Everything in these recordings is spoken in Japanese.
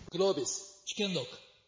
グロービス知見録。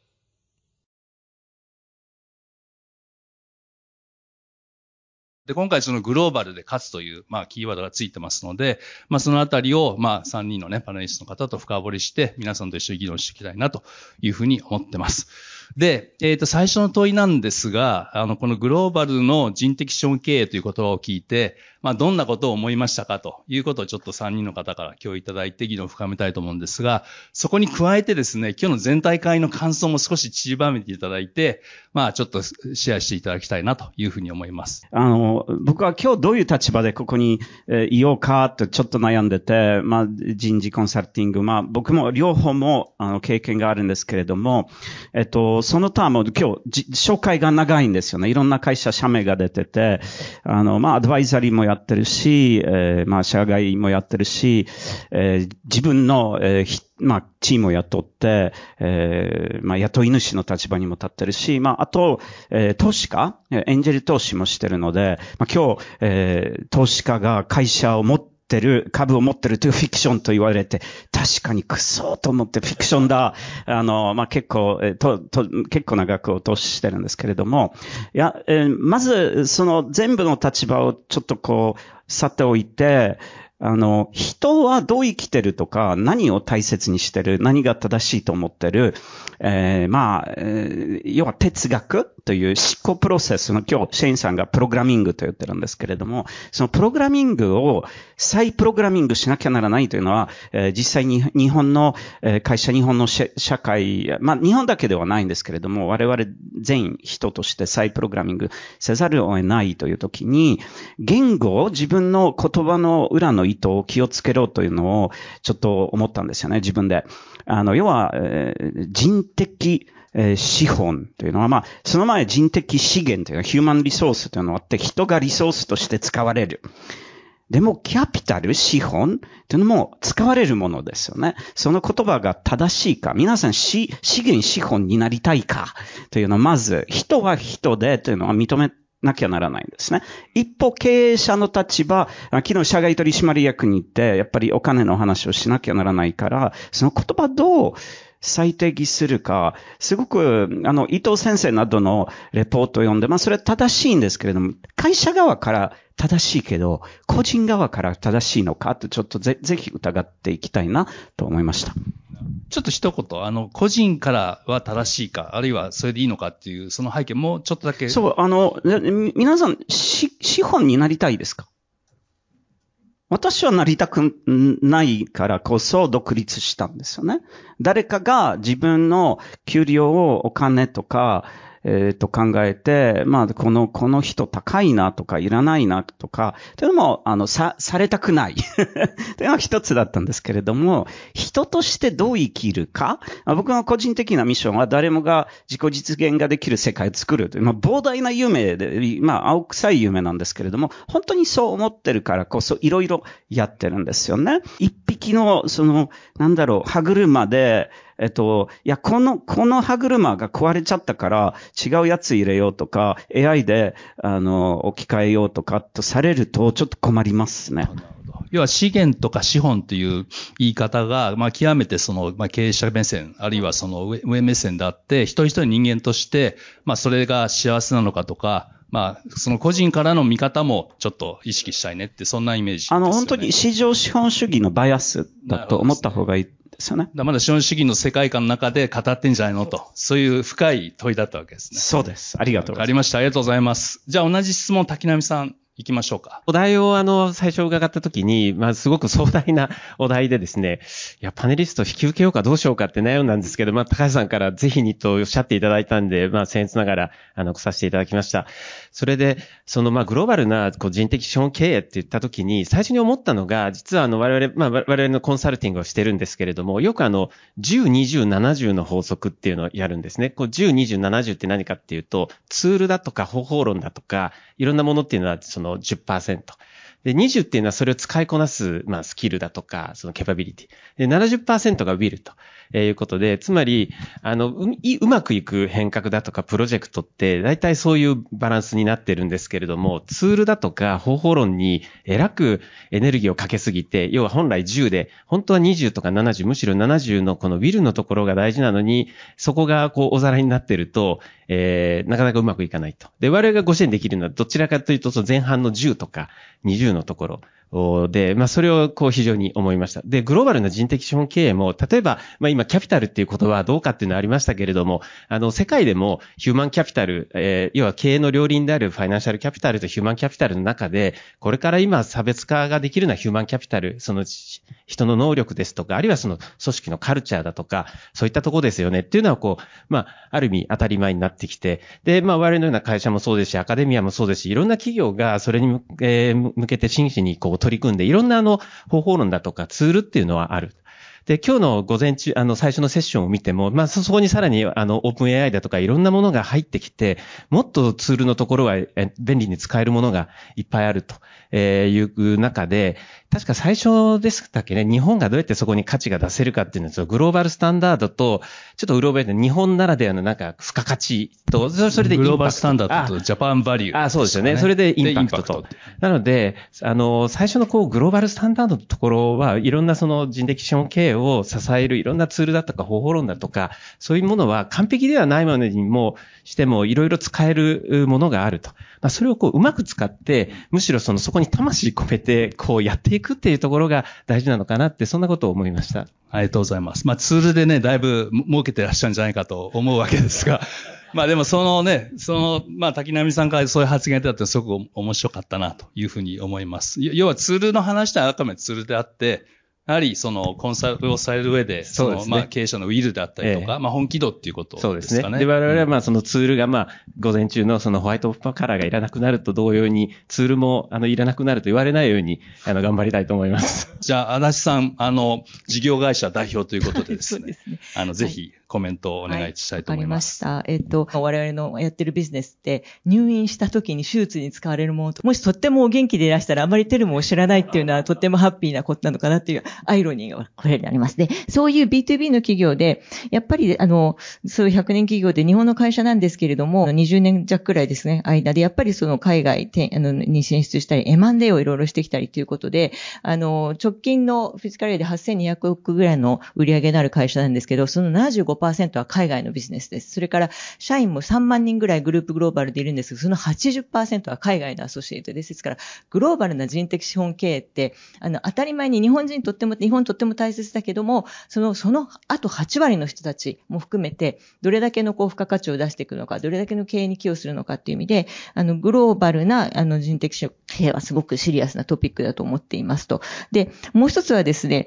で、今回そのグローバルで勝つという、キーワードがついてますので、そのあたりを、3人のね、パネリストの方と深掘りして、皆さんと一緒に議論していきたいなというふうに思ってます。で、最初の問いなんですが、このグローバルの人的資本経営という言葉を聞いて、どんなことを思いましたかということをちょっと3人の方から共有いただいて議論を深めたいと思うんですが、そこに加えてですね、今日の全体会の感想も少し散りばめていただいて、ちょっとシェアしていただきたいなというふうに思います。 僕は今日どういう立場でここにいようかとちょっと悩んでて、人事コンサルティング、僕も両方も経験があるんですけれども、その他も今日紹介が長いんですよね。いろんな会社社名が出てて、アドバイザリーもやってるし、社外もやってるし、自分の、チームを雇って、雇い主の立場にも立ってるし、あと、投資家、エンジェル投資もしてるので、今日、投資家が会社を持ってる、株を持ってるというフィクションと言われて、確かにクソと思ってフィクションだ。結構な額を投資してるんですけれども、まず、その全部の立場をちょっと去っておいて、人はどう生きてるとか、何を大切にしてる、何が正しいと思ってる、要は哲学という思考プロセスの、今日、シェインさんがプログラミングと言ってるんですけれども、そのプログラミングを再プログラミングしなきゃならないというのは、実際に日本の会社、日本の社会、日本だけではないんですけれども、我々全員人として再プログラミングせざるを得ないというときに、言語を自分の言葉の裏の意図を気をつけろというのをちょっと思ったんですよね、自分で。要は、人的資本というのは、その前人的資源というのは、ヒューマンリソースというのがあって、人がリソースとして使われる。でも、キャピタル、資本というのも使われるものですよね。その言葉が正しいか、皆さん資源資本になりたいかというのは、まず、人は人でというのは認めなきゃならないんですね。一方、経営者の立場、昨日社外取締役に行って、やっぱりお金の話をしなきゃならないから、その言葉どう再定義するか、すごく、伊藤先生などのレポートを読んで、それは正しいんですけれども、会社側から正しいけど、個人側から正しいのかと、ちょっとぜひ疑っていきたいなと思いました。 ちょっと一言、個人からは正しいか、あるいはそれでいいのかっていう、その背景もちょっとだけ。 そう、皆さん、資本になりたいですか？私はなりたくないからこそ独立したんですよね。誰かが自分の給料をお金とか、と考えて、この人高いなとかいらないなとか、というのも、されたくない。というのが一つだったんですけれども、人としてどう生きるか、僕の個人的なミッションは誰もが自己実現ができる世界を作るという、膨大な夢で、青臭い夢なんですけれども、本当にそう思ってるからこそいろいろやってるんですよね。一匹の、歯車で、この歯車が壊れちゃったから違うやつ入れようとか、AI で、置き換えようとかとされるとちょっと困りますね。 要は資源とか資本という言い方が、極めて経営者目線、あるいは上目線であって、一人一人人間として、それが幸せなのかとか、その個人からの見方もちょっと意識したいねって、そんなイメージですよね。 本当に市場資本主義のバイアスだと思った方がいい。 まだ資本主義の世界観の中で語ってんじゃないのと、そういう深い問いだったわけですね。 そうです。ありがとうございます。 わかりました。ありがとうございます。じゃあ同じ質問、滝波さん。行きましょうか。 お題を最初伺ったときに、すごく壮大なお題でですね、パネリスト引き受けようかどうしようかって悩んだんですけど、高橋さんからぜひにとおっしゃっていただいたんで、僭越ながら、来させていただきました。それで、グローバルな、人的資本経営って言ったときに、最初に思ったのが、実は我々のコンサルティングをしてるんですけれども、よく10、20、70の法則っていうのをやるんですね。10、20、70って何かっていうと、ツールだとか方法論だとか、いろんなものっていうのは10%。 で、20っていうのはそれを使いこなす、スキルだとか、そのキャパビリティ。で、70% がウィルということで、つまり、うまくいく変革だとかプロジェクトって、大体そういうバランスになってるんですけれども、ツールだとか方法論にえらくエネルギーをかけすぎて、要は本来10で、本当は20とか70、むしろ70のこのウィルのところが大事なのに、そこがおざらになってると、なかなかうまくいかないと。で、我々がご支援できるのはどちらかというと、その前半の10とか20のところ。で、それを非常に思いました。で、グローバルな人的資本経営も、例えば、今、キャピタルっていう言葉はどうかっていうのはありましたけれども、世界でもヒューマンキャピタル、要は経営の両輪であるファイナンシャルキャピタルとヒューマンキャピタルの中で、これから今差別化ができるのはヒューマンキャピタル、その人の能力ですとか、あるいはその組織のカルチャーだとか、そういったところですよねっていうのはある意味当たり前になってきて、で、我々のような会社もそうですし、アカデミアもそうですし、いろんな企業がそれに向けて真摯に取り組んで、いろんな方法論だとかツールっていうのはある。で、今日の午前中、最初のセッションを見ても、そこにさらに、オープン AI だとかいろんなものが入ってきて、もっとツールのところは、便利に使えるものがいっぱいあるという中で、確か最初でしたっけね、日本がどうやってそこに価値が出せるかっていうのは、グローバルスタンダードと、ちょっとうろ覚えで日本ならではの付加価値と、それでインパクト。 グローバルスタンダードとジャパンバリュー、 そうですよね。それでインパクトと。なので、最初のグローバルスタンダードのところは、いろんなその人的資本経営を支えるいろんなツールだとか方法論だとか、そういうものは完璧ではないものにもしてもいろいろ使えるものがあると。それをうまく使って、むしろそこに魂込めてやっていくっていうところが大事なのかなって、そんなことを思いました。 ありがとうございます。ツールでね、だいぶ儲けてらっしゃるんじゃないかと思うわけですが、でも滝波さんからそういう発言だったらすごく面白かったなというふうに思います。要はツールの話はあくまでツールであって、やはりコンサルをされる上で、 そうですね、 経営者のウィルであったりとか、本気度っていうことですかね。 そうですね。で、我々はそのツールが午前中のそのホワイトカラーがいらなくなると同様に、ツールもいらなくなると言われないように、頑張りたいと思います。 じゃあ、足立さん、事業会社代表ということでですね。そうですね。ぜひ、コメントをお願いしたいと思います。 わかりました。我々のやってるビジネスって、入院した時に手術に使われるものと、もしとってもお元気でいらしたらあまりテルモを知らないっていうのはとってもハッピーなことなのかなっていうアイロニーがこれにあります。で、そういう B2B の企業で、やっぱりそういう100年企業で日本の会社なんですけれども、20年弱くらいですね、間でやっぱりその海外に進出したり、M&A をいろいろしてきたりということで、直近のフィジカルで8200億ぐらいの売り上げのある会社なんですけど、その 75% は海外のビジネスです。それから、社員も3万人ぐらいグループグローバルでいるんですが、その 80% は海外のアソシエイトです。ですから、グローバルな人的資本経営って、当たり前に日本とっても大切だけども、そのあと8割の人たちも含めて、どれだけの付加価値を出していくのか、どれだけの経営に寄与するのかっていう意味で、グローバルな、人的資本経営はすごくシリアスなトピックだと思っていますと。で、もう一つはですね、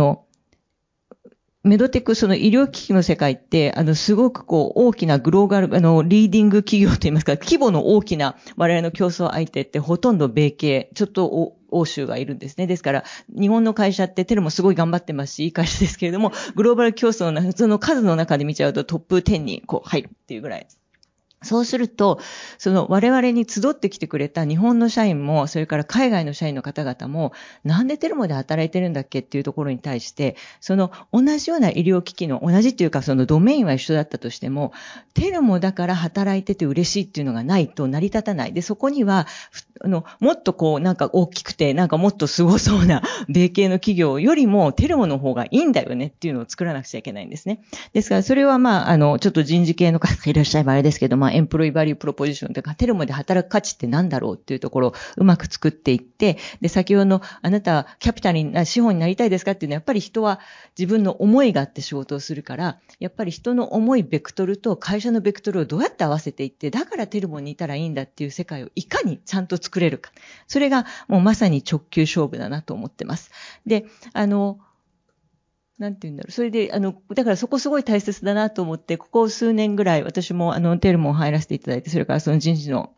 メドテック、その医療機器の世界って、すごく大きなグローバル、リーディング企業といいますか、規模の大きな我々の競争相手ってほとんど米系、ちょっと欧州がいるんですね。ですから、日本の会社ってテルもすごい頑張ってますし、いい会社ですけれども、グローバル競争のその数の中で見ちゃうとトップ10に入るっていうぐらい。そうすると、我々に集ってきてくれた日本の社員も、それから海外の社員の方々も、なんでテルモで働いてるんだっけっていうところに対して、同じような医療機器の、同じというかドメインは一緒だったとしても、テルモだから働いてて嬉しいっていうのがないと成り立たない。で、そこには、もっと大きくて、もっとすごそうな米系の企業よりもテルモの方がいいんだよねっていうのを作らなくちゃいけないんですね。ですから、それはちょっと人事系の方がいらっしゃればあれですけど、エンプロイバリュープロポジションというか、テルモで働く価値って何だろうっていうところをうまく作っていって、で、先ほどのあなたはキャピタルに、資本になりたいですかっていうのは、やっぱり人は自分の思いがあって仕事をするから、やっぱり人の思いベクトルと会社のベクトルをどうやって合わせていって、だからテルモにいたらいいんだっていう世界をいかにちゃんと作れるか。それがもうまさに直球勝負だなと思ってます。で、なんて言うんだろう。それで、だからそこすごい大切だなと思って、ここ数年ぐらい、私もテルモを入らせていただいて、それからその人事の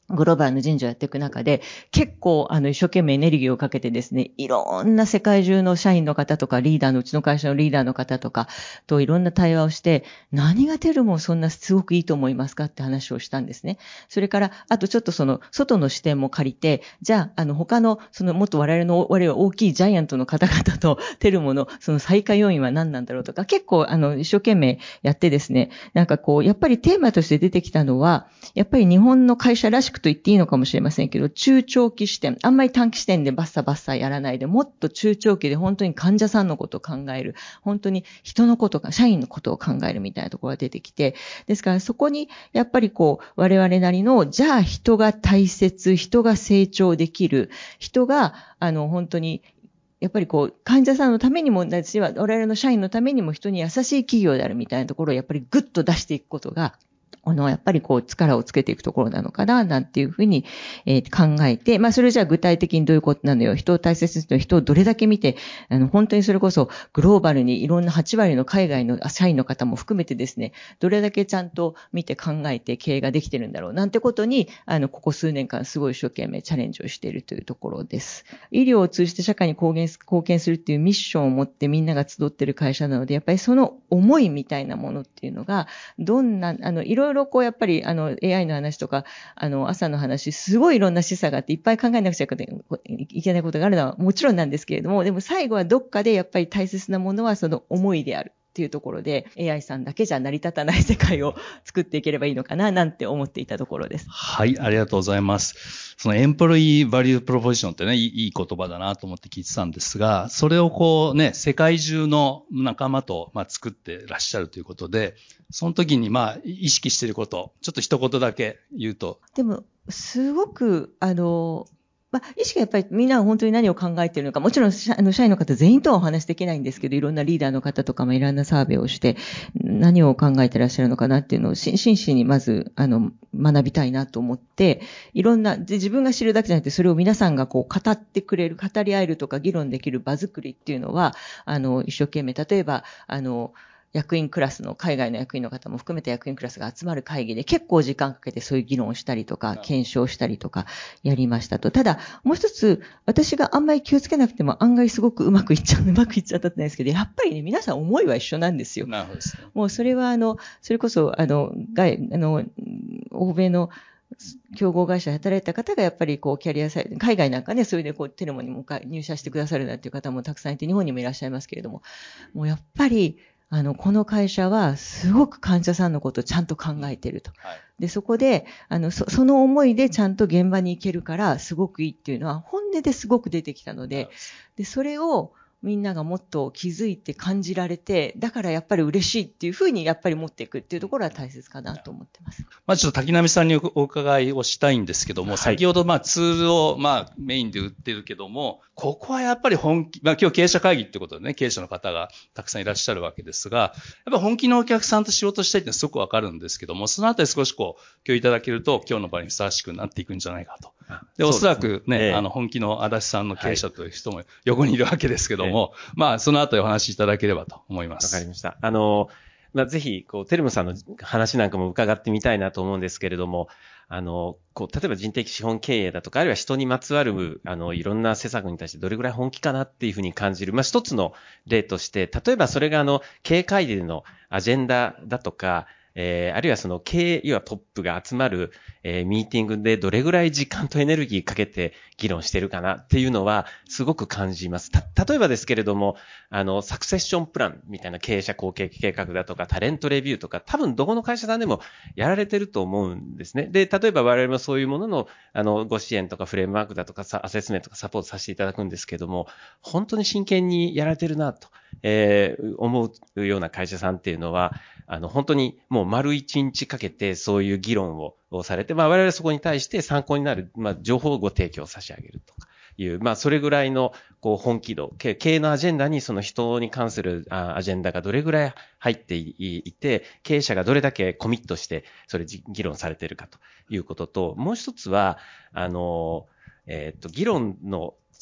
グローバルの人事をやっていく中で、結構、一生懸命エネルギーをかけてですね、いろんな世界中の社員の方とか、リーダーの、うちの会社のリーダーの方とか、といろんな対話をして、何がテルもそんなすごくいいと思いますかって話をしたんですね。それから、あとちょっと外の視点も借りて、じゃあ、他の、もっと我々は大きいジャイアントの方々と、テルモの、最下要因は何なんだろうとか、結構、一生懸命やってですね、なんかこう、やっぱりテーマとして出てきたのは、やっぱり日本の会社らしくと言っていいのかもしれませんけど、中長期視点、あんまり短期視点でバッサバッサやらないで、もっと中長期で本当に患者さんのことを考える、本当に人のことか、社員のことを考えるみたいなところが出てきて、ですからそこにやっぱりこう、我々なりの、じゃあ人が大切、人が成長できる、人が、本当に、やっぱりこう、患者さんのためにも、私は我々の社員のためにも人に優しい企業であるみたいなところをやっぱりグッと出していくことが、やっぱりこう力をつけていくところなのかな、なんていうふうに、考えて、それじゃあ具体的にどういうことなのよ。人を大切にする人をどれだけ見て、本当にそれこそグローバルにいろんな8割の海外の社員の方も含めてですね、どれだけちゃんと見て考えて経営ができてるんだろう、なんてことに、ここ数年間すごい一生懸命チャレンジをしているというところです。医療を通じて社会に貢献するっていうミッションを持ってみんなが集っている会社なので、やっぱりその思いみたいなものっていうのが、どんな、いろいろこうやっぱりAI の話とか、朝の話、すごいいろんな示唆があっていっぱい考えなくちゃいけないことがあるのはもちろんなんですけれども、でも最後はどっかでやっぱり大切なものはその思いであるっていうところで、AI さんだけじゃ成り立たない世界を作っていければいいのかな、なんて思っていたところです。 はい、ありがとうございます。そのエンプロイーバリュープロポジションってね、いい言葉だなと思って聞いてたんですが、それをこうね、世界中の仲間と作ってらっしゃるということで、その時に意識していること、ちょっと一言だけ言うと。 でも、すごく、意識はやっぱりみんなが本当に何を考えているのか、もちろん社員の方全員とはお話できないんですけど、いろんなリーダーの方とかもいろんなサーベイをして、何を考えていらっしゃるのかなっていうのを真摯にまず、学びたいなと思って、いろんな、自分が知るだけじゃなくて、それを皆さんがこう語ってくれる、語り合えるとか議論できる場作りっていうのは、一生懸命、例えば、役員クラスの、海外の役員の方も含めて役員クラスが集まる会議で結構時間かけてそういう議論をしたりとか、検証したりとかやりましたと。ただ、もう一つ、私があんまり気をつけなくても案外すごくうまくいっちゃったんですけど、やっぱりね、皆さん思いは一緒なんですよ。 なるほどですね。 もうそれはそれこそ、欧米の競合会社で働いた方がやっぱりこうキャリアサイド、海外なんかね、それでこうテレモにも入社してくださるなんていう方もたくさんいて、日本にもいらっしゃいますけれども、もうやっぱり、この会社はすごく患者さんのことをちゃんと考えていると。 はい、 で、そこで、その思いでちゃんと現場に行けるからすごくいいっていうのは本音ですごく出てきたので、で、それをみんながもっと気づいて感じられて、だからやっぱり嬉しいっていうふうにやっぱり持っていくっていうところは大切かなと思ってます。 ちょっと滝波さんにお伺いをしたいんですけども、先ほどツールをメインで売ってるけども、ここはやっぱり本気、今日経営者会議ってことでね、経営者の方がたくさんいらっしゃるわけですが、やっぱ本気のお客さんと仕事したいってのはすごくわかるんですけども、そのあたり少しこう、共有いただけると今日の場にふさわしくなっていくんじゃないかと。で、おそらくね、本気の足立さんの経営者という人も横にいるわけですけども、そのあたりお話しいただければと思います。 わかりました。ぜひ、テルムさんの話なんかも伺ってみたいなと思うんですけれども、例えば人的資本経営だとか、あるいは人にまつわる、いろんな施策に対してどれぐらい本気かなっていうふうに感じる。一つの例として、例えばそれが経営会議でのアジェンダだとか、あるいはその経営、要はトップが集まる、ミーティングでどれぐらい時間とエネルギーかけて議論してるかなっていうのはすごく感じます。例えばですけれども、サクセッションプランみたいな経営者後継計画だとか、タレントレビューとか、多分どこの会社さんでもやられてると思うんですね。で、例えば我々もそういうものの、ご支援とかフレームワークだとかアセスメントとかサポートさせていただくんですけども、本当に真剣にやられてるなと、思うような会社さんっていうのは、本当にもう丸一日かけてそういう議論をされて、我々はそこに対して参考になる、情報をご提供差し上げるとかいう、それぐらいの、本気度、経営のアジェンダにその人に関するアジェンダがどれぐらい入っていて、経営者がどれだけコミットして、それ議論されているかということと、もう一つは、議論の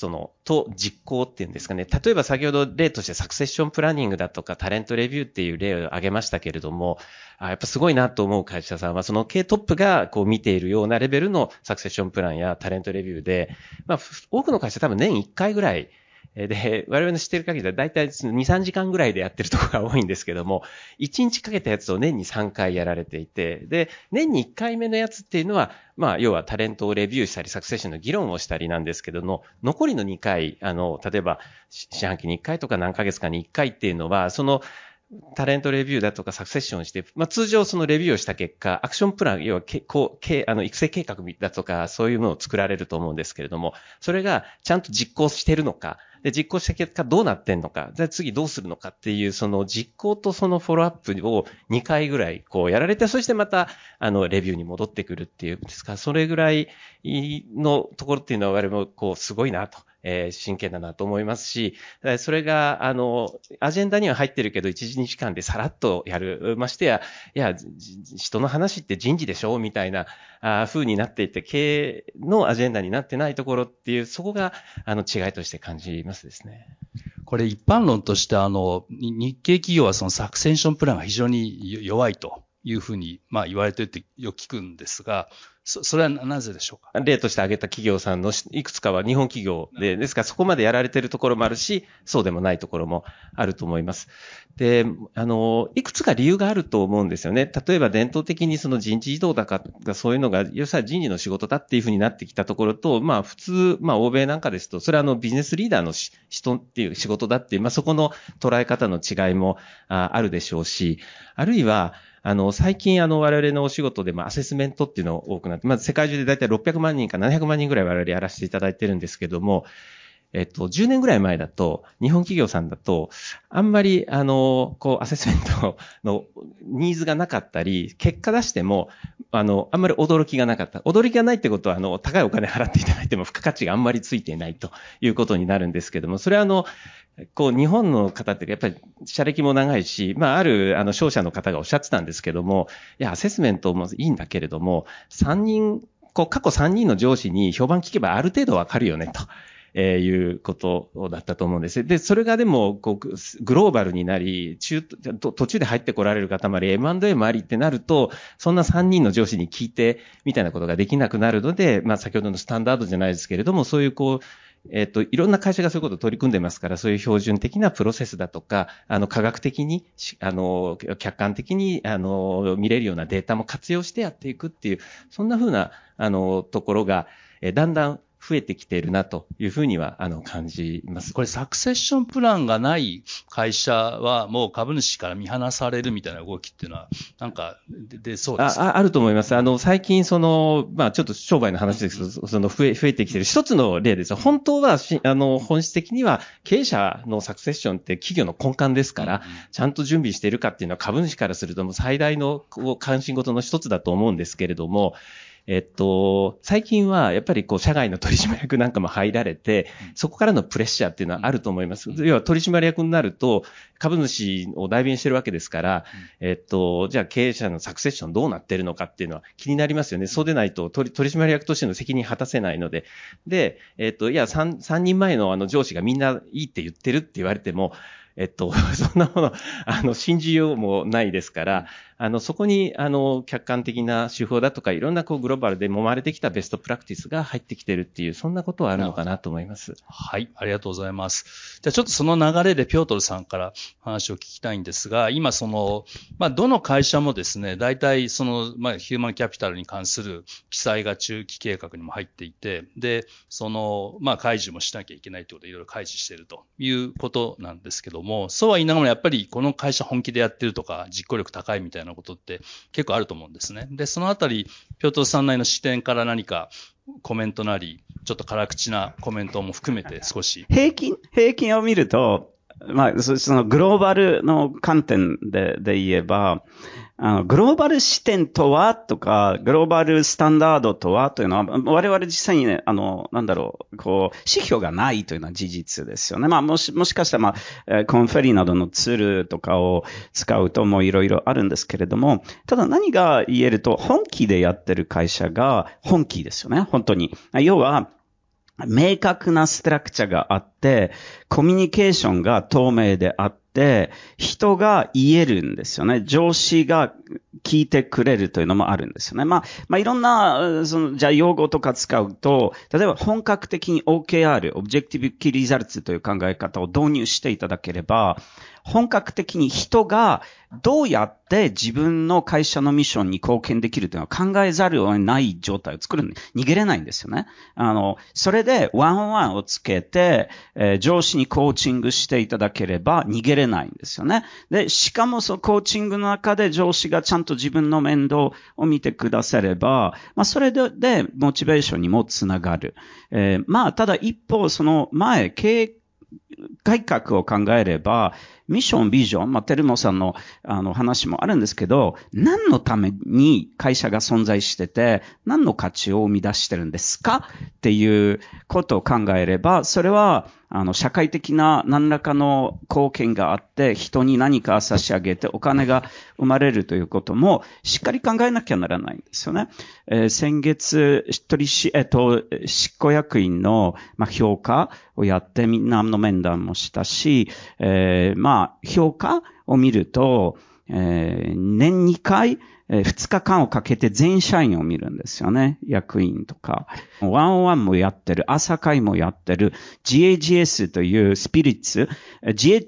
と実行っていうんですかね。例えば先ほど例としてサクセッションプランニングだとかタレントレビューっていう例を挙げましたけれども、やっぱすごいなと思う会社さんは、その系トップがこう見ているようなレベルのサクセッションプランやタレントレビューで、多くの会社多分年1回ぐらい、で、我々の知っている限りでは大体2、3時間ぐらいでやってるところが多いんですけども、1日かけたやつを年に3回やられていて、で、年に1回目のやつっていうのは、要はタレントをレビューしたり、サクセッションの議論をしたりなんですけども、残りの2回、例えば、四半期に1回とか何ヶ月かに1回っていうのは、その、タレントレビューだとかサクセッションして、通常そのレビューをした結果、アクションプラン、要は育成計画だとか、そういうものを作られると思うんですけれども、それがちゃんと実行しているのか、で、実行した結果どうなってんのか、じゃあ次どうするのかっていう、その実行とそのフォローアップを2回ぐらいこうやられて、そしてまた、レビューに戻ってくるっていうんですか、それぐらいのところっていうのは我々もこう、すごいなと。真剣だなと思いますし、それが、アジェンダには入ってるけど、1日間でさらっとやる。ましてや、人の話って人事でしょみたいな、風になっていて、経営のアジェンダになってないところっていう、そこが、違いとして感じますですね。 これ一般論として、日系企業はそのサクセッションプランが非常に弱いというふうに、言われてるってよく聞くんですが、それはなぜでしょうか？ 例として挙げた企業さんのいくつかは日本企業で、ですからそこまでやられているところもあるし、そうでもないところもあると思います。で、いくつか理由があると思うんですよね。例えば伝統的にその人事異動だかそういうのが、要するに人事の仕事だっていうふうになってきたところと、普通、欧米なんかですと、それはビジネスリーダーの人っていう仕事だっていう、そこの捉え方の違いもあるでしょうし、あるいは、最近我々のお仕事でアセスメントっていうのが多くなって、世界中でだいたい600万人か700万人ぐらい我々やらせていただいてるんですけども、10年ぐらい前だと、日本企業さんだと、あんまり、アセスメントのニーズがなかったり、結果出しても、あんまり驚きがなかった。驚きがないってことは、高いお金払っていただいても付加価値があんまりついていないということになるんですけども、それは日本の方ってやっぱり、社歴も長いし、ある、商社の方がおっしゃってたんですけども、いや、アセスメントもいいんだけれども、過去3人の上司に評判聞けばある程度わかるよね、と。いうことだったと思うんです。で、それがでも、グローバルになり、途中で入ってこられる方もあり、M&A もありってなると、そんな3人の上司に聞いて、みたいなことができなくなるので、先ほどのスタンダードじゃないですけれども、そういういろんな会社がそういうことを取り組んでますから、そういう標準的なプロセスだとか、科学的に、客観的に、見れるようなデータも活用してやっていくっていう、そんな風な、ところが、だんだん増えてきているなというふうには、感じます。 これサクセッションプランがない会社はもう株主から見放されるみたいな動きっていうのは、なんか出そうですか？ あると思います。最近ちょっと商売の話ですけど、増えてきている一つの例です。本当は、本質的には経営者のサクセッションって企業の根幹ですから、ちゃんと準備しているかっていうのは株主からするともう最大の関心事の一つだと思うんですけれども、最近はやっぱり社外の取締役なんかも入られて、そこからのプレッシャーっていうのはあると思います。要は取締役になると、株主を代弁してるわけですから、じゃあ経営者のサクセッションどうなってるのかっていうのは気になりますよね。そうでないと取締役としての責任果たせないので。で、3人前の上司がみんないいって言ってるって言われても、そんなもの、信じようもないですから、そこに、客観的な手法だとか、いろんなグローバルで揉まれてきたベストプラクティスが入ってきてるっていう、そんなことはあるのかなと思います。 はい、ありがとうございます。じゃあちょっとその流れでピョートルさんから話を聞きたいんですが、今どの会社もですね、大体ヒューマンキャピタルに関する記載が中期計画にも入っていて、で、開示もしなきゃいけないということでいろいろ開示しているということなんですけども、そうは言いながらやっぱりこの会社本気でやってるとか、実行力高いみたいなことって結構あると思うんですね。で、そのあたり、ピョートルさんなりの視点から何かコメントなり、ちょっと辛口なコメントも含めて少し。 平均を見ると、そのグローバルの観点で言えば、グローバル視点とはとか、グローバルスタンダードとはというのは、我々実際にね、指標がないというのは事実ですよね。もしかしたら、コンフェリなどのツールとかを使うともういろいろあるんですけれども、ただ何が言えると、本気でやってる会社が本気ですよね、本当に。要は、 明確なストラクチャーがあって、コミュニケーションが透明であって、人が言えるんですよね。上司が聞いてくれるというのもあるんですよね。まあ、いろんな、じゃあ用語とか使うと、例えば本格的に OKR、Objective Key Results という考え方を導入していただければ、本格的に人がどうやって自分の会社のミッションに貢献できるというのを考えざるを得ない状態を作る。逃げれないんですよね。それでワンオンワンをつけて、上司にコーチングしていただければ逃げれないんですよね。で、しかもそのコーチングの中で上司がちゃんと自分の面倒を見てくだされば、まあそれでモチベーションにもつながる。まあただ一方その前、経営改革を考えれば、ミッション、ビジョン、まあ、テルモさんの話もあるんですけど、何のために会社が存在してて、何の価値を生み出してるんですかっていうことを考えれば、それは、社会的な何らかの貢献があって、人に何か差し上げてお金が生まれるということも、しっかり考えなきゃならないんですよね。先月、執行役員の、評価をやって、みんなの面談もしたし、評価を見ると、年2回、2日間をかけて全社員を見るんですよね。役員とか。ワンオンワンもやってる、朝会もやってる、GAGS というスピリッツ、GA って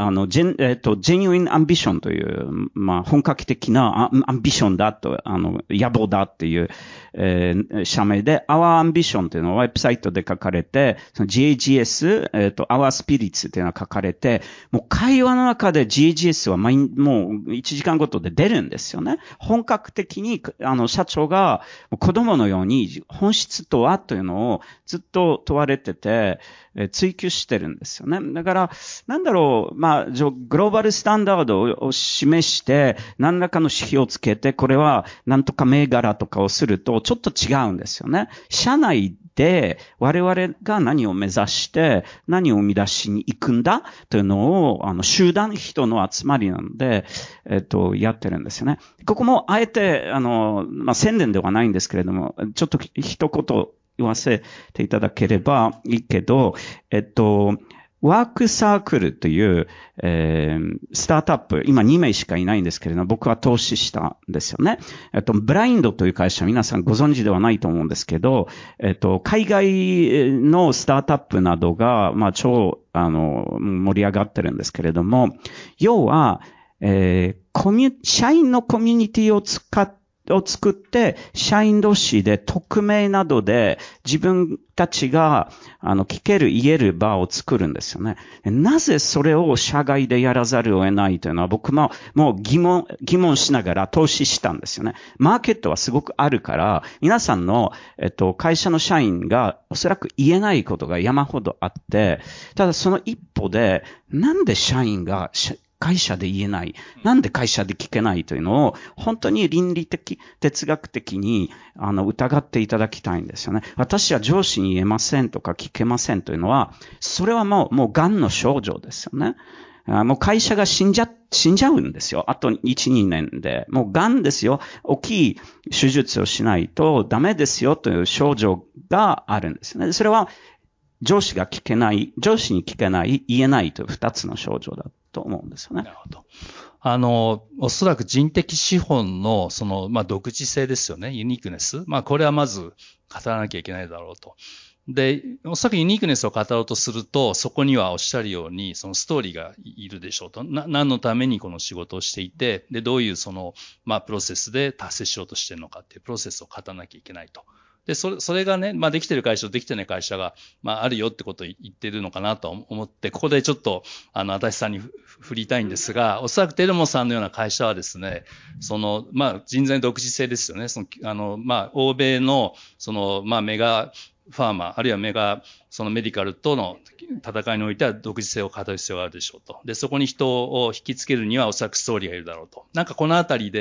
、genuine ambition という、本格的なアンビションだと、野望だっていう、社名で、Our Ambition というのをウェブサイトで書かれて、その GAGS、Our Spirits というのが書かれて、もう会話の中で GAGS はもう1時間ごとで出るんですよね。本格的に、社長が子供のように本質とはというのをずっと問われてて、追求してるんですよね。だから、グローバルスタンダードを示して、何らかの指標をつけて、これは何とか銘柄とかをすると、ちょっと違うんですよね。社内で我々が何を目指して、何を生み出しに行くんだというのを、集団人の集まりなので、やってるんですよね。ここもあえて、宣伝ではないんですけれども、ちょっと一言言わせていただければいいけど、ワークサークルという、スタートアップ、今2名しかいないんですけれども、僕は投資したんですよね。ブラインドという会社、皆さんご存知ではないと思うんですけど、海外のスタートアップなどが、超、盛り上がってるんですけれども、要は、社員のコミュニティを作って、社員同士で匿名などで自分たちが、聞ける、言える場を作るんですよね。なぜそれを社外でやらざるを得ないというのは僕ももう疑問しながら投資したんですよね。マーケットはすごくあるから、皆さんの、会社の社員がおそらく言えないことが山ほどあって、ただその一歩で、なんで社員が会社で言えない。なんで会社で聞けないというのを、本当に倫理的、哲学的に、疑っていただきたいんですよね。私は上司に言えませんとか聞けませんというのは、それはもう癌の症状ですよね。もう会社が死んじゃうんですよ。あと1、2年で。もう癌ですよ。大きい手術をしないとダメですよという症状があるんですよね。それは、上司に聞けない、言えないという2つの症状だと思うんですよね。 なるほど。おそらく人的資本の、独自性ですよね。ユニークネス。これはまず語らなきゃいけないだろうと。で、おそらくユニークネスを語ろうとすると、そこにはおっしゃるように、そのストーリーがいるでしょうと。何のためにこの仕事をしていて、で、どういうプロセスで達成しようとしているのかっていうプロセスを語らなきゃいけないと。で、それがね、できてる会社とできてない会社が、あるよってことを言ってるのかなと思って、ここでちょっと、足立さんに振りたいんですが、おそらくテルモさんのような会社はですね、人材独自性ですよね。欧米の、メガファーマ、あるいはメディカルとの戦いにおいては独自性を語る必要があるでしょうと。で、そこに人を引きつけるにはおそらくストーリーがいるだろうと。このあたりで、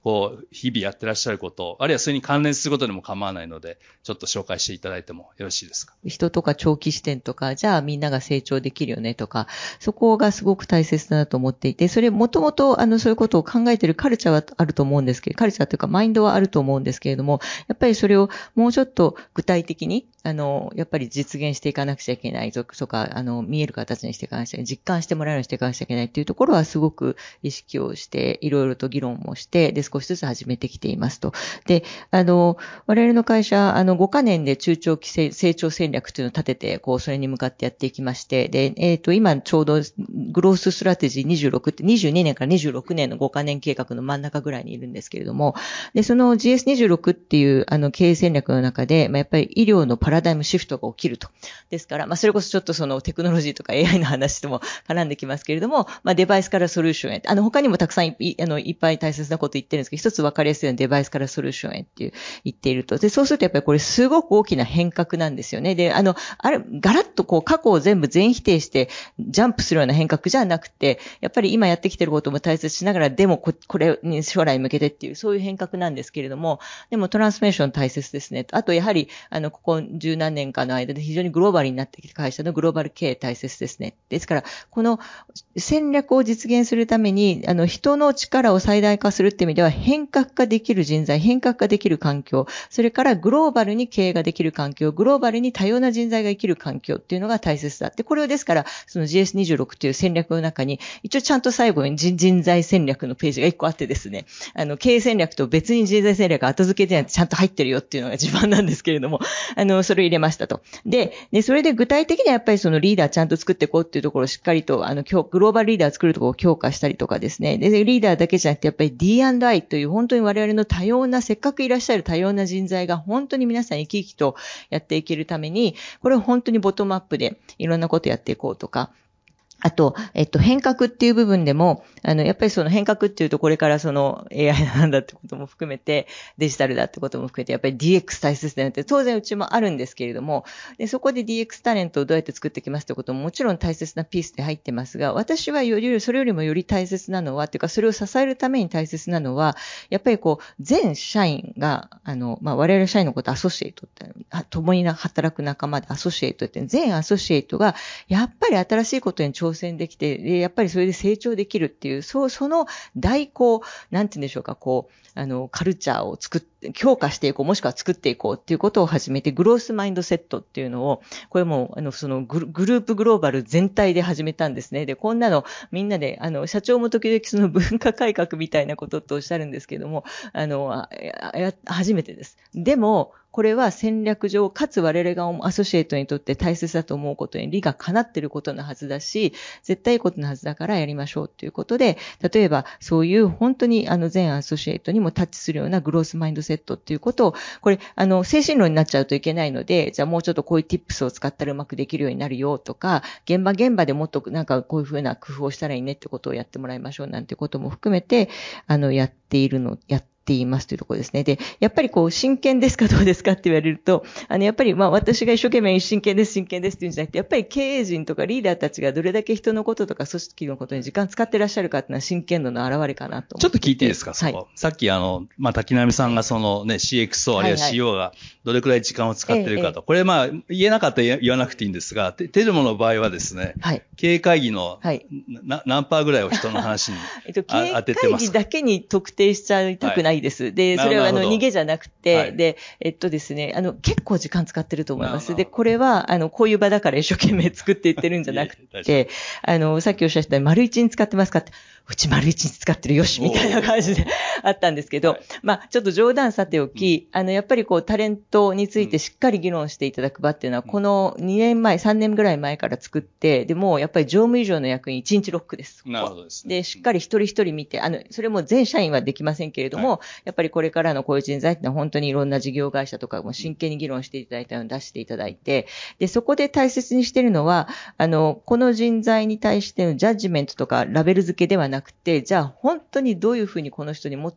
日々やってらっしゃること、あるいはそれに関連することでも構わないので、ちょっと紹介していただいてもよろしいですか。 人とか長期視点とか、じゃあみんなが成長できるよねとか、そこがすごく大切だなと思っていて、それもともとそういうことを考えているカルチャーはあると思うんですけど、カルチャーというかマインドはあると思うんですけれども、やっぱりそれをもうちょっと具体的に、やっぱり実現していかなくちゃいけないとか、見える形にしていかなくちゃいけない、実感してもらえるようにしていかなくちゃいけないっていうところはすごく意識をして、いろいろと議論もして、で、少しずつ始めてきていますと。で、我々の会社、5カ年で中長期成長戦略というのを立てて、それに向かってやっていきまして、で、今ちょうどグロースストラテジー26って22年から26年の5カ年計画の真ん中ぐらいにいるんですけれども、で、その GS26 っていう経営戦略の中で、やっぱり医療のパラダイムシフトが起きると。ですから、それこそちょっとそのテクノロジーとか AI の話とも絡んできますけれども、デバイスからソリューションへ。他にもたくさんいっぱい大切なこと言ってるんですけど、一つ分かりやすいのはデバイスからソリューションへっていう言っていると。で、そうするとやっぱりこれすごく大きな変革なんですよね。で、ガラッと過去を全部全否定してジャンプするような変革じゃなくて、やっぱり今やってきてることも大切しながら、でもこれに将来向けてっていう、そういう変革なんですけれども、でもトランスフォーメーション大切ですね。あとやはり、ここ十何年かの間で非常にグローバルになってきた会社のグローバル経営大切ですね。ですから、この戦略を実現するために、人の力を最大化するっていう意味では、変革ができる人材、変革ができる環境、それからグローバルに経営ができる環境、グローバルに多様な人材が生きる環境っていうのが大切だ。で、これをですから、その GS26 という戦略の中に、一応ちゃんと最後に人材戦略のページが一個あってですね、経営戦略と別に人材戦略が後付けでちゃんと入ってるよっていうのが自慢なんですけれども、それを入れましたと。で、それで具体的にはやっぱりそのリーダーちゃんと作っていこうっていうところをしっかりと、グローバルリーダー作るところを強化したりとかですね。で、リーダーだけじゃなくてやっぱり D&I という本当に我々の多様な、せっかくいらっしゃる多様な人材が本当に皆さん生き生きとやっていけるために、これを本当にボトムアップでいろんなことやっていこうとか、あと、変革っていう部分でも、やっぱりその変革っていうと、これからその AI なんだってことも含めて、デジタルだってことも含めて、やっぱり DX 大切だよって、当然うちもあるんですけれども、で、そこで DX タレントをどうやって作っていきますってことももちろん大切なピースで入ってますが、私はそれよりもより大切なのは、っていうか、それを支えるために大切なのは、やっぱり全社員が、我々社員のことアソシエイトって、共に働く仲間でアソシエイトって、全アソシエイトが、やっぱり新しいことに挑戦できて、やっぱりそれで成長できるっていう、そのなんて言うんでしょうか、カルチャーを強化していこう、もしくは作っていこうっていうことを始めて、グロースマインドセットっていうのを、これもそのグループグローバル全体で始めたんですね。で、こんなのみんなで、社長も時々その文化改革みたいなことっておっしゃるんですけども、初めてです。でも、これは戦略上、かつ我々がアソシエイトにとって大切だと思うことに理が叶っていることのはずだし、絶対いいことのはずだからやりましょうということで、例えばそういう本当に全アソシエイトにもタッチするようなグロースマインドセットっていうことを、これ精神論になっちゃうといけないので、じゃあもうちょっとこういう tips を使ったらうまくできるようになるよとか、現場でもっとなんかこういうふうな工夫をしたらいいねってことをやってもらいましょうなんてことも含めて、やっていますというところですね。で、やっぱり真剣ですかどうですかって言われると、やっぱり私が一生懸命真剣ですっていうんじゃなくて、やっぱり経営陣とかリーダーたちがどれだけ人のこととか組織のことに時間使ってらっしゃるかっていうのは真剣度の表れかなと思って。 ちょっと聞いていいですか、そこ。はい、さっき滝波さんがそのね、CXO あるいは CO がどれくらい時間を使ってるかと。これ言えなかったら言わなくていいんですが、テルモの場合はですね、はい、経営会議の、はい、何パーぐらいを人の話に当ててますか？ 経営会議だけに特定しちゃいたくないです。はい、で、それは逃げじゃなくて、はい、で、ですね、結構時間使ってると思います。で、これは、こういう場だから一生懸命作って言ってるんじゃなくて、さっきおっしゃった丸一に使ってますかって、うち丸一に使ってるよし、みたいな感じであったんですけど、はい、ちょっと冗談さておき、やっぱりタレントについてしっかり議論していただく場っていうのは、この2年前、3年ぐらい前から作って、で、もうやっぱり常務以上の役員1日ロックです。 なるほどですね。 で、しっかり一人一人見て、それも全社員はできませんけれども、はい、やっぱりこれからのこういう人材ってのは本当にいろんな事業会社とかも真剣に議論していただいたのを出していただいて、で、そこで大切にしているのは、この人材に対してのジャッジメントとかラベル付けではなくて、じゃあ本当にどういうふうにこの人にもっと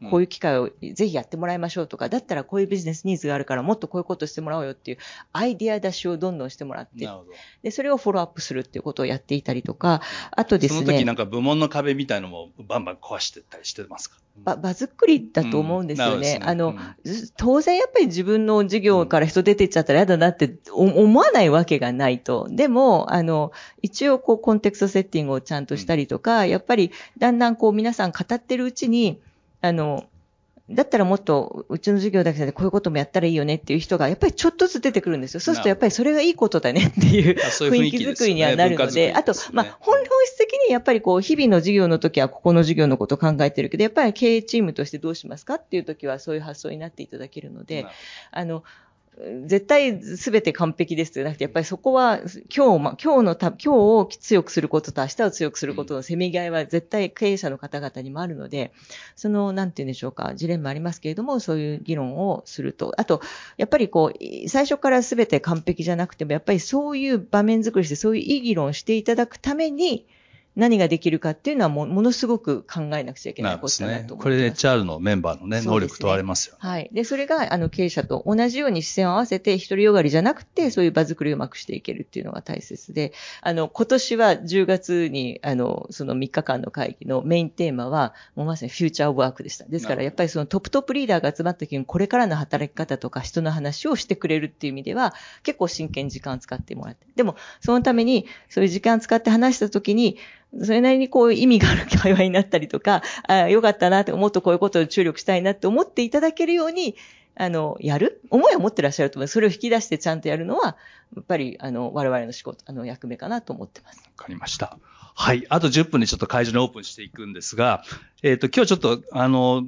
こういう機会をぜひやってもらいましょうとか、だったらこういうビジネスニーズがあるからもっとこういうことしてもらおうよっていうアイディア出しをどんどんしてもらって、で、それをフォローアップするっていうことをやっていたりとか、あとですね。 その時なんか部門の壁みたいのもバンバン壊してったりしてますか？ 場作りだと思うんですよね。当然やっぱり自分の事業から人出てっちゃったら嫌だなって思わないわけがないと。でも、一応コンテクストセッティングをちゃんとしたりとか、やっぱりだんだん皆さん語ってるうちに、だったらもっとうちの事業だけでこういうこともやったらいいよねっていう人がやっぱりちょっとずつ出てくるんですよ。そうするとやっぱりそれがいいことだねっていう雰囲気作りにはなるので、あと、本質的にやっぱり日々の事業の時はここの事業のことを考えてるけど、やっぱり経営チームとしてどうしますかっていう時はそういう発想になっていただけるので、絶対全て完璧ですじゃなくて、やっぱりそこは今日を強くすることと明日を強くすることのせめぎ合いは絶対経営者の方々にもあるので、なんて言うんでしょうか、ジレンマありますけれども、そういう議論をすると。あと、やっぱり最初から全て完璧じゃなくても、やっぱりそういう場面作りして、そういういい議論をしていただくために、何ができるかっていうのはものすごく考えなくちゃいけないことだなと思います。 これで HR のメンバーのね、能力問われますよね。 はい。で、それが経営者と同じように視線を合わせて、独りよがりじゃなくて、そういう場作りをうまくしていけるっていうのが大切で、今年は10月に、その3日間の会議のメインテーマは、もうまさにフューチャーオブワークでした。ですから、やっぱりそのトップリーダーが集まった時に、これからの働き方とか人の話をしてくれるっていう意味では、結構真剣に時間を使ってもらって。でも、そのために、そういう時間を使って話した時に、それなりに意味がある会話になったりとか、よかったなって、もっとこういうことを注力したいなって思っていただけるように、やる思いを持ってらっしゃると思う。それを引き出してちゃんとやるのは、やっぱり、我々の仕事、役目かなと思ってます。 わかりました。はい。あと10分でちょっと会場にオープンしていくんですが、今日ちょっと、今回の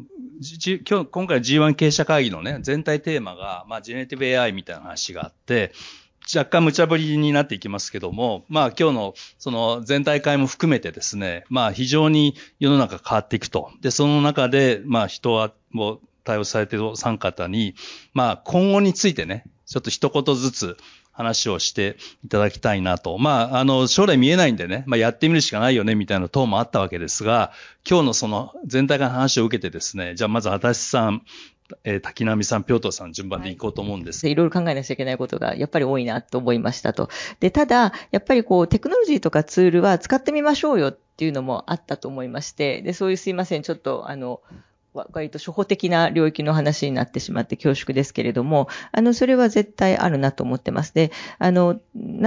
G1 経営者会議のね、全体テーマが、ジェネラティブ AI みたいな話があって、若干無茶ぶりになっていきますけども、今日のその全体会も含めてですね、非常に世の中変わっていくと。で、その中で、人はもう対応されているお三方に、今後についてね、ちょっと一言ずつ話をしていただきたいなと。将来見えないんでね、やってみるしかないよね、みたいな等もあったわけですが、今日のその全体会の話を受けてですね、じゃあまず足立さん、滝波さん、ピョートさん順番でいこうと思うんです。 いろいろ考えなきゃいけないことがやっぱり多いなと思いましたと。で、ただ、やっぱりテクノロジーとかツールは使ってみましょうよっていうのもあったと思いまして、で、そういうすいません、ちょっと割と初歩的な領域の話になってしまって恐縮ですけれども、それは絶対あるなと思ってます。で、我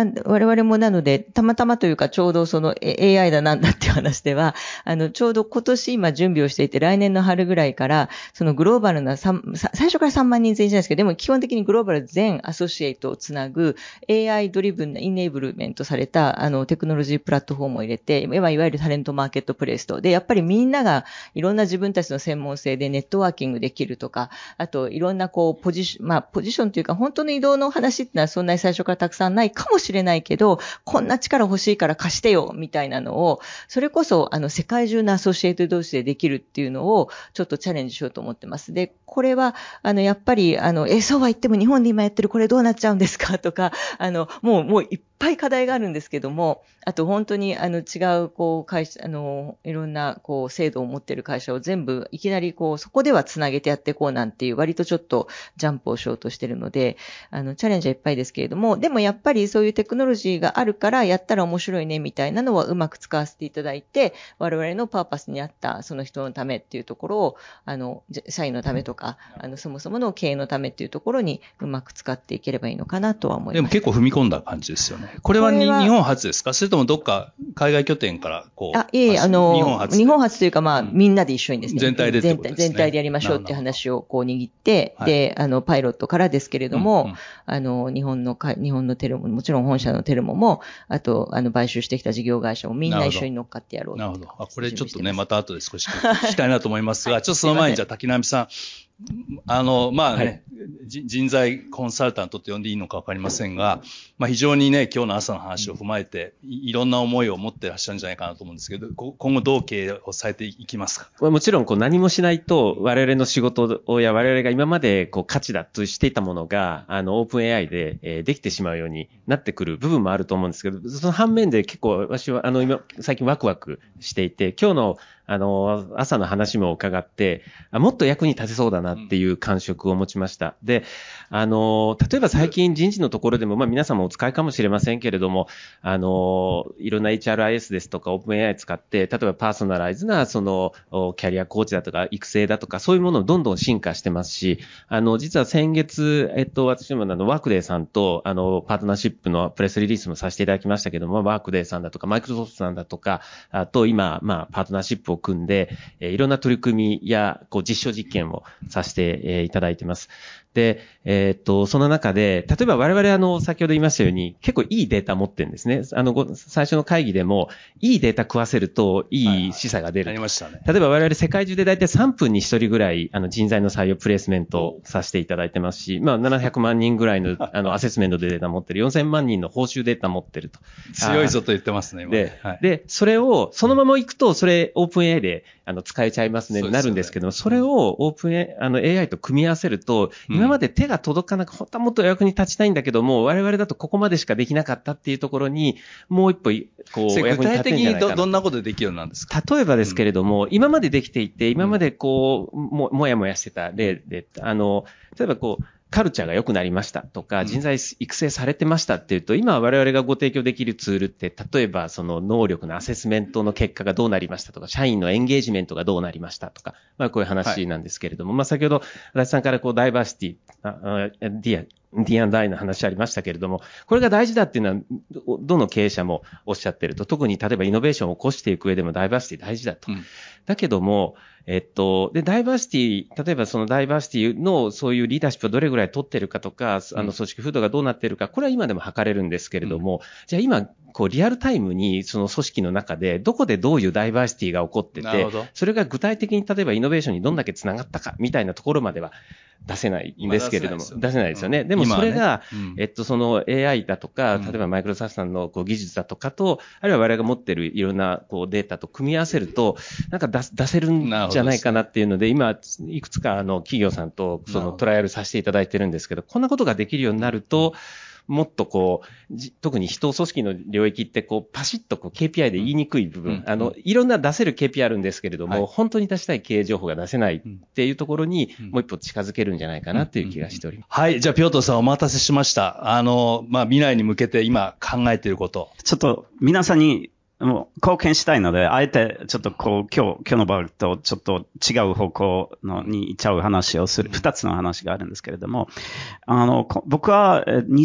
々もなので、たまたまというかちょうどその AI だなんだっていう話では、ちょうど今年今準備をしていて、来年の春ぐらいから、そのグローバルな最初から3万人全員じゃないですけど、でも基本的にグローバル全アソシエイトをつなぐ AI ドリブンなイネーブルメントされた、テクノロジープラットフォームを入れて、いわゆるタレントマーケットプレイスと。で、やっぱりみんながいろんな自分たちの専門性でネットワーキングできるとか、あといろんなポジションというか本当の移動の話ってのはそんなに最初からたくさんないかもしれないけど、こんな力欲しいから貸してよみたいなのを、それこそ世界中のアソシエイト同士でできるっていうのをちょっとチャレンジしようと思ってます。で、これはやっぱりそうは言っても日本で今やってるこれどうなっちゃうんですかとか、もういっぱい課題があるんですけども、あと本当に違う会社いろんな制度を持っている会社を全部いきなりそこではつなげてやっていこうなんていう割とちょっとジャンプをしようとしているので、チャレンジはいっぱいですけれども、でもやっぱりそういうテクノロジーがあるからやったら面白いねみたいなのはうまく使わせていただいて、我々のパーパスに合ったその人のためっていうところを社員のためとかそもそもの経営のためっていうところにうまく使っていければいいのかなとは思います。 でも結構踏み込んだ感じですよね。これは日本初ですか？それともどっか海外拠点から日本初というかみんなで一緒にですね。 全体でってことですね。 全体でやりましょうって話を握って、で、パイロットからですけれども、日本のテルモ、もちろん本社のテルモも、あと、買収してきた事業会社もみんな一緒に乗っかってやろう。 なるほど。これちょっとね、また後で少し聞きたいなと思いますが、ちょっとその前にじゃあ滝波さん、人材コンサルタントと呼んでいいのかわかりませんが、非常にね、今日の朝の話を踏まえて、いろんな思いを持ってらっしゃるんじゃないかなと思うんですけど、今後どう経営をされていきますか？ もちろん何もしないと、我々の仕事や我々が今まで価値だとしていたものが、オープン AI で、できてしまうようになってくる部分もあると思うんですけど、その反面で結構私は今、最近ワクワクしていて、今日の朝の話も伺って、もっと役に立てそうだなっていう感触を持ちました。で、例えば最近人事のところでも、皆さんもお使いかもしれませんけれども、いろんな HRIS ですとか OpenAI 使って、例えばパーソナライズな、キャリアコーチだとか、育成だとか、そういうものをどんどん進化してますし、実は先月、私もワークデーさんと、パートナーシップのプレスリリースもさせていただきましたけども、ワークデーさんだとか、マイクロソフトさんだとか、あと今、パートナーシップを組んで、いろんな取り組みや、実証実験をさせていただいています。で、その中で、例えば我々先ほど言いましたように、結構いいデータ持ってるんですね。最初の会議でも、いいデータ食わせると、いい示唆が出る。 ありましたね。 例えば我々世界中でだいたい3分に1人ぐらい、人材の採用プレイスメントをさせていただいてますし、700万人ぐらいの、アセスメントデータ持ってる、4000万人の報酬データ持ってると。 強いぞと言ってますね、今ね。 で、それを、そのまま行くと、それ、オープン AI で、使えちゃいますね、なるんですけども、それをオープン AI と組み合わせると、今まで手が届かなく、本当はもっと役に立ちたいんだけども、我々だとここまでしかできなかったっていうところに、もう一歩、 具体的にどんなことでできるようなんですか？ 例えばですけれども、今までできていて、今までもやもやしてた例で、例えばカルチャーが良くなりましたとか、人材育成されてましたっていうと、今我々がご提供できるツールって、例えばその能力のアセスメントの結果がどうなりましたとか、社員のエンゲージメントがどうなりましたとか、こういう話なんですけれども、先ほど、足立さんからダイバーシティ、D&I の話ありましたけれども、これが大事だっていうのは、どの経営者もおっしゃってると、特に例えばイノベーションを起こしていく上でもダイバーシティ大事だと。だけども、で、ダイバーシティ、例えばそのダイバーシティのそういうリーダーシップをどれぐらい取ってるかとか、組織風土がどうなってるか、これは今でも測れるんですけれども、じゃあ今、リアルタイムにその組織の中で、どこでどういうダイバーシティが起こってて、それが具体的に例えばイノベーションにどんだけ繋がったか、みたいなところまでは出せないんですけれども、出せないですよね。でもそれが、その AI だとか、例えばマイクロソフトさんの技術だとかと、あるいは我々が持ってるいろんなデータと組み合わせると、なんか出せるんじゃないかなっていうので、今、いくつか企業さんとトライアルさせていただいてるんですけど、こんなことができるようになると、もっと特に人組織の領域ってパシッとKPI で言いにくい部分、いろんな出せる KPI あるんですけれども、本当に出したい経営情報が出せないっていうところに、もう一歩近づけるんじゃないかなっていう気がしております。 はい。じゃあ、ピョートルさんお待たせしました。未来に向けて今考えていること。 ちょっと皆さんにもう貢献したいので、あえてちょっと今日の場とちょっと違う方向に行っちゃう話をする、二つの話があるんですけれども、僕は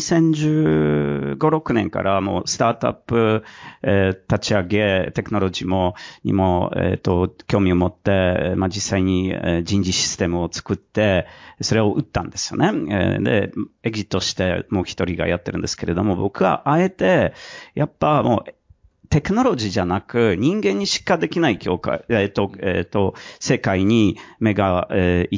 2015、6年からもうスタートアップ、立ち上げ、テクノロジーにも、興味を持って、実際に人事システムを作って、それを打ったんですよね。で、エグジットしてもう一人がやってるんですけれども、僕はあえて、やっぱもう、テクノロジーじゃなく人間にしかできない世界に目が、行って、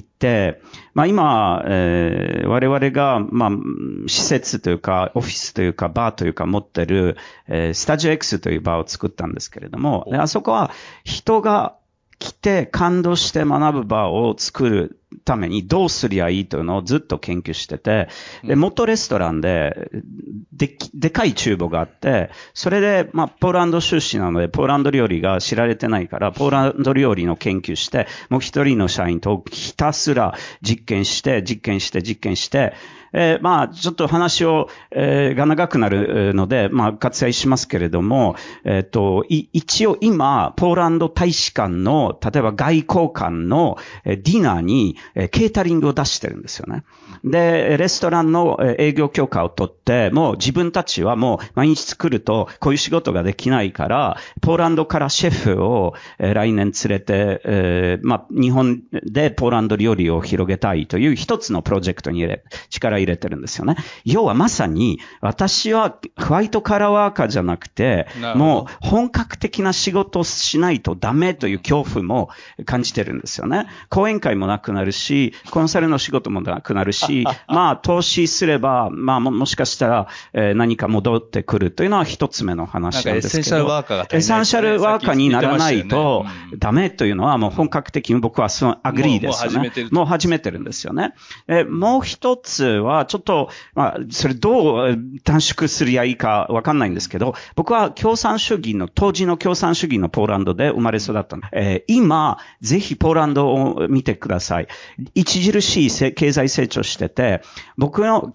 今、我々が、施設というか、オフィスというか、バーというか持ってる、スタジオ X というバーを作ったんですけれども、あそこは人が来て感動して学ぶ場を作るためにどうすりゃいいというのをずっと研究してて、で、元レストランで、でかい厨房があって、それで、ポーランド出身なので、ポーランド料理が知られてないから、ポーランド料理の研究して、もう一人の社員とひたすら実験して、ちょっと話が長くなるので、割愛しますけれども、一応今、ポーランド大使館の、例えば外交官のディナーに、ケータリングを出してるんですよね。で、レストランの営業許可を取って、もう自分たちはもう毎日作るとこういう仕事ができないから、ポーランドからシェフを来年連れて、日本でポーランド料理を広げたいという一つのプロジェクトに力入れてるんですよね。要はまさに私はホワイトカラーワーカーじゃなくて、もう本格的な仕事をしないとダメという恐怖も感じてるんですよね。講演会もなくなるし、コンサルの仕事もなくなるし、まあ、投資すれば、まあ、もしかしたら、何か戻ってくるというのは一つ目の話なんですけど。エッセンシャルワーカーが足りない、エッセンシャルワーカーにならないとダメというのはもう本格的に僕はそのアグリーですよね。もう始めてるんですよね。もう一つは、ちょっと、まあ、それどう短縮すりゃいいかわかんないんですけど、僕は当時の共産主義のポーランドで生まれ育ったの。今、ぜひポーランドを見てください。著しい経済成長してて、僕の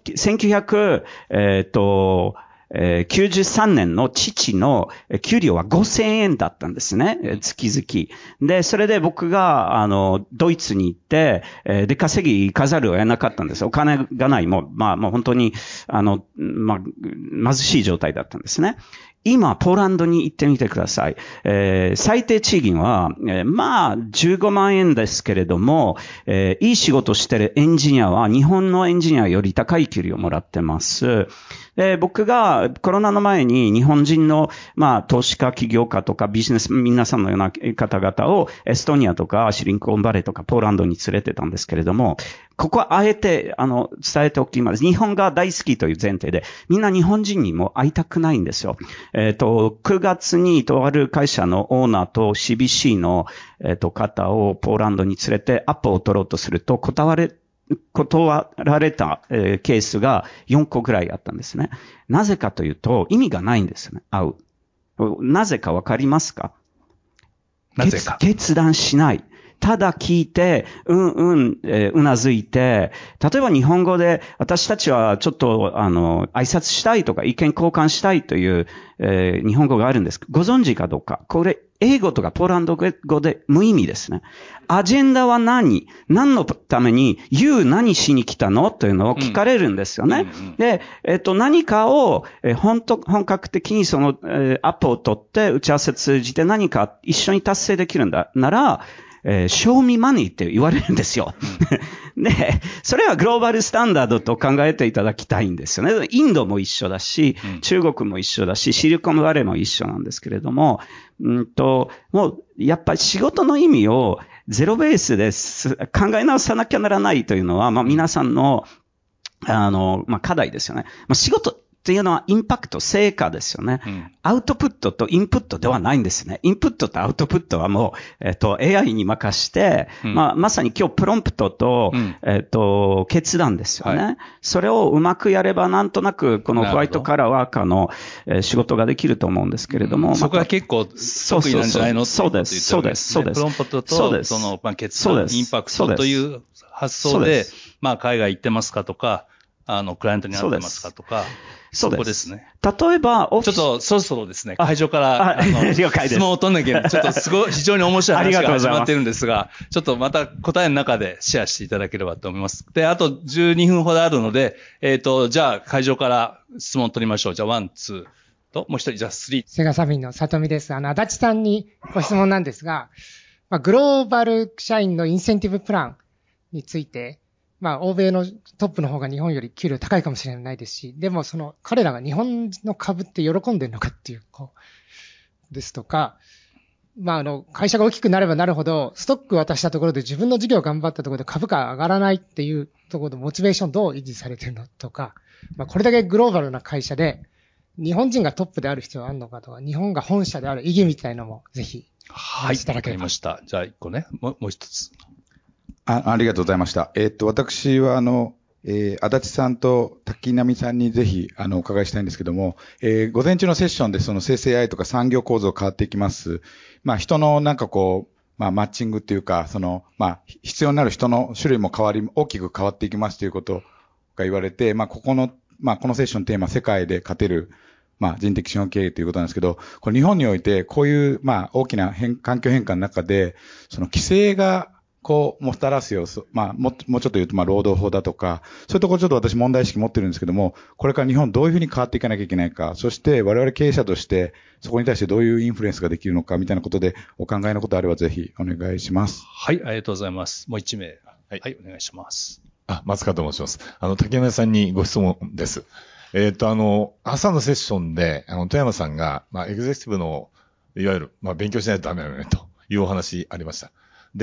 1993年の父の給料は5000円だったんですね。月々。で、それで僕が、ドイツに行って、出稼ぎ行かざるを得なかったんです。お金がない。もう本当に、貧しい状態だったんですね。今、ポーランドに行ってみてください。最低賃金は、まあ、15万円ですけれども、いい仕事してるエンジニアは、日本のエンジニアより高い給料をもらってます。僕がコロナの前に日本人の、まあ、投資家、起業家とかビジネス、皆さんのような方々をエストニアとかシリコンバレーとかポーランドに連れてたんですけれども、ここはあえて、伝えておきます。日本が大好きという前提で、みんな日本人にも会いたくないんですよ。9月にとある会社のオーナーと CBC の、方をポーランドに連れてアポを取ろうとすると断られた、ケースが4個ぐらいあったんですね。なぜかというと、意味がないんですね。会う。なぜかわかりますか？ なぜか。 決断しない。ただ聞いて、うなずいて、例えば日本語で私たちはちょっと挨拶したいとか意見交換したいという、日本語があるんです。ご存知かどうか。これ、英語とかポーランド語で無意味ですね。アジェンダは何のために何しに来たのというのを聞かれるんですよね。で、何かを、本格的にその、アポを取って打ち合わせ通じて何か一緒に達成できるんだなら、show me money って言われるんですよ。で、それはグローバルスタンダードと考えていただきたいんですよね。インドも一緒だし、中国も一緒だし、シリコンバレーも一緒なんですけれども、もう、やっぱり仕事の意味をゼロベースで考え直さなきゃならないというのは、まあ皆さんの、課題ですよね。仕事っていうのはインパクト、成果ですよね。アウトプットとインプットではないんですね。インプットとアウトプットはもう、AI に任して、まさに今日プロンプトと、決断ですよね。それをうまくやればなんとなく、このホワイトカラーワーカーの仕事ができると思うんですけれども。 そこは結構得意なんじゃないのそうです。プロンプトと、その、決断、インパクトという発想で、海外行ってますかとか、クライアントに会ってますかとか、そこですね。 例えば、 ちょっと、そろそろですね、会場から、質問を取んなきゃ、ちょっと非常に面白い話が始まってるんですが、ちょっとまた答えの中でシェアしていただければと思います。で、あと12分ほどあるので、じゃあ会場から質問を取りましょう。じゃあ、1、2と、もう一人、じゃあ3。 セガサミンの里見です。足立さんにご質問なんですが、グローバル社員のインセンティブプランについて、欧米のトップの方が日本より給料高いかもしれないですし、でも彼らが日本の株って喜んでるのかっていう、ですとか、会社が大きくなればなるほど、ストック渡したところで自分の事業頑張ったところで株価上がらないっていうところでモチベーションどう維持されてるのとか、これだけグローバルな会社で、日本人がトップである必要があるのかとか、日本が本社である意義みたいなのもぜひ、 はい、わかりました。じゃあ1個ね、もう一つ。 ありがとうございました。私は足立さんと滝波さんにぜひ、お伺いしたいんですけども、午前中のセッションでその生成 AI とか産業構造変わっていきます。人のマッチングっていうか、必要になる人の種類も大きく変わっていきますということが言われて、このセッションのテーマ、世界で勝てる、人的資本経営ということなんですけど、これ日本において、こういう、大きな環境変化の中で、その規制が、もたらす要素、もうちょっと言うと、労働法だとか、そういうところちょっと私問題意識持ってるんですけども、これから日本どういうふうに変わっていかなきゃいけないか、そして我々経営者として、そこに対してどういうインフルエンスができるのか、みたいなことで、お考えのことあればぜひお願いします。 はい、ありがとうございます。もう1名。はい、お願いします。 松川と申します。竹山さんにご質問です。朝のセッションで、富山さんが、エグゼクティブの、いわゆる、勉強しないとダメだよね、というお話ありました。で、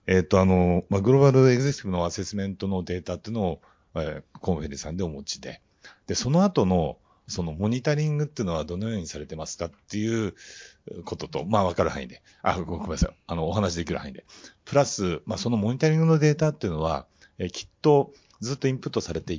グローバルエグゼクティブのアセスメントのデータっていうのを、コンフェリさんでお持ちで、その後の、そのモニタリングっていうのはどのようにされてますかっていうことと、わかる範囲で、ごめんなさい。お話できる範囲で。プラス、そのモニタリングのデータっていうのは、きっとずっとインプットされていって、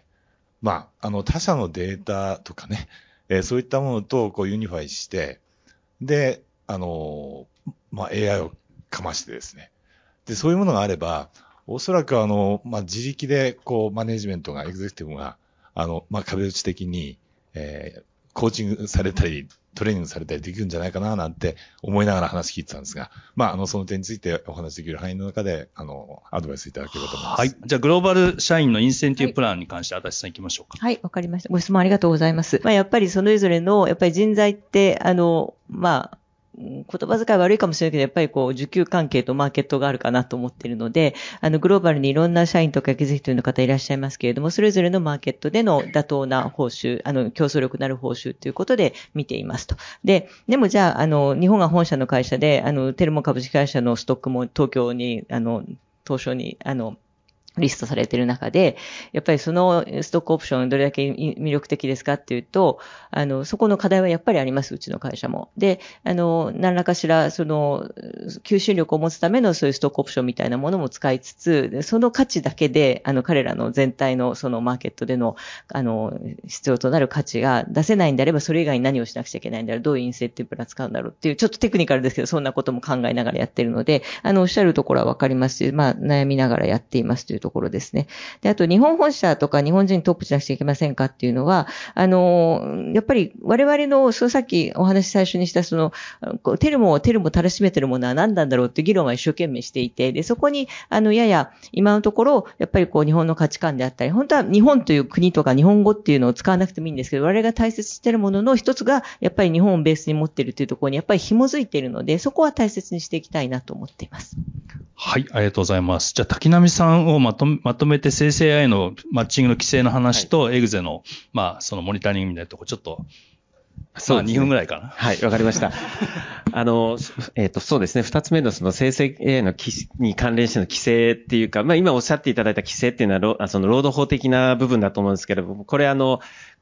他社のデータとかね、そういったものとユニファイして、で、AI をかましてですね。で、そういうものがあれば、おそらく自力で、マネジメントが、エグゼクティブが、壁打ち的に、コーチングされたり、トレーニングされたりできるんじゃないかな、なんて思いながら話聞いてたんですが、その点についてお話しできる範囲の中で、アドバイスいただければと思います。 はい。じゃあ、グローバル社員のインセンティブプランに関して、足立さん行きましょうか。 はい、わかりました。ご質問ありがとうございます。やっぱりそれぞれの、やっぱり人材って、言葉遣い悪いかもしれないけど、やっぱり需給関係とマーケットがあるかなと思っているので、グローバルにいろんな社員とかエグゼクティブの方いらっしゃいますけれども、それぞれのマーケットでの妥当な報酬、競争力のある報酬ということで見ていますと。でもじゃあ、日本が本社の会社で、テルモ株式会社のストックも東京に、東証に、リストされている中で、やっぱりそのストックオプションどれだけ魅力的ですかっていうと、そこの課題はやっぱりあります、うちの会社も。で、何らかしら、吸収力を持つためのそういうストックオプションみたいなものも使いつつ、その価値だけで、彼らの全体のそのマーケットでの、必要となる価値が出せないんであれば、それ以外に何をしなくちゃいけないんだろう、どういうインセンティブプラン使うんだろうっていう、ちょっとテクニカルですけど、そんなことも考えながらやっているので、おっしゃるところはわかりますし、悩みながらやっていますというところですね。で、あと日本本社とか日本人トップしなくちゃいけませんかっていうのは、やっぱり我々の、さっきお話最初にしたテルモたらしめてるものは何なんだろうって議論は一生懸命していて、で、そこに、やや今のところ、やっぱり日本の価値観であったり、本当は日本という国とか日本語っていうのを使わなくてもいいんですけど、我々が大切にしているものの一つが、やっぱり日本をベースに持っているというところにやっぱり紐づいているので、そこは大切にしていきたいなと思っています。 はい、ありがとうございます。じゃあ、滝波さんをまとめて生成 AI のマッチングの規制の話と、エグゼの、そのモニタリングみたいなところ、ちょっと、そうですね、2分ぐらいかな。 はい、わかりました。そうですね、二つ目のその生成 AI のに関連しての規制っていうか、今おっしゃっていただいた規制っていうのは、その労働法的な部分だと思うんですけれども、これ我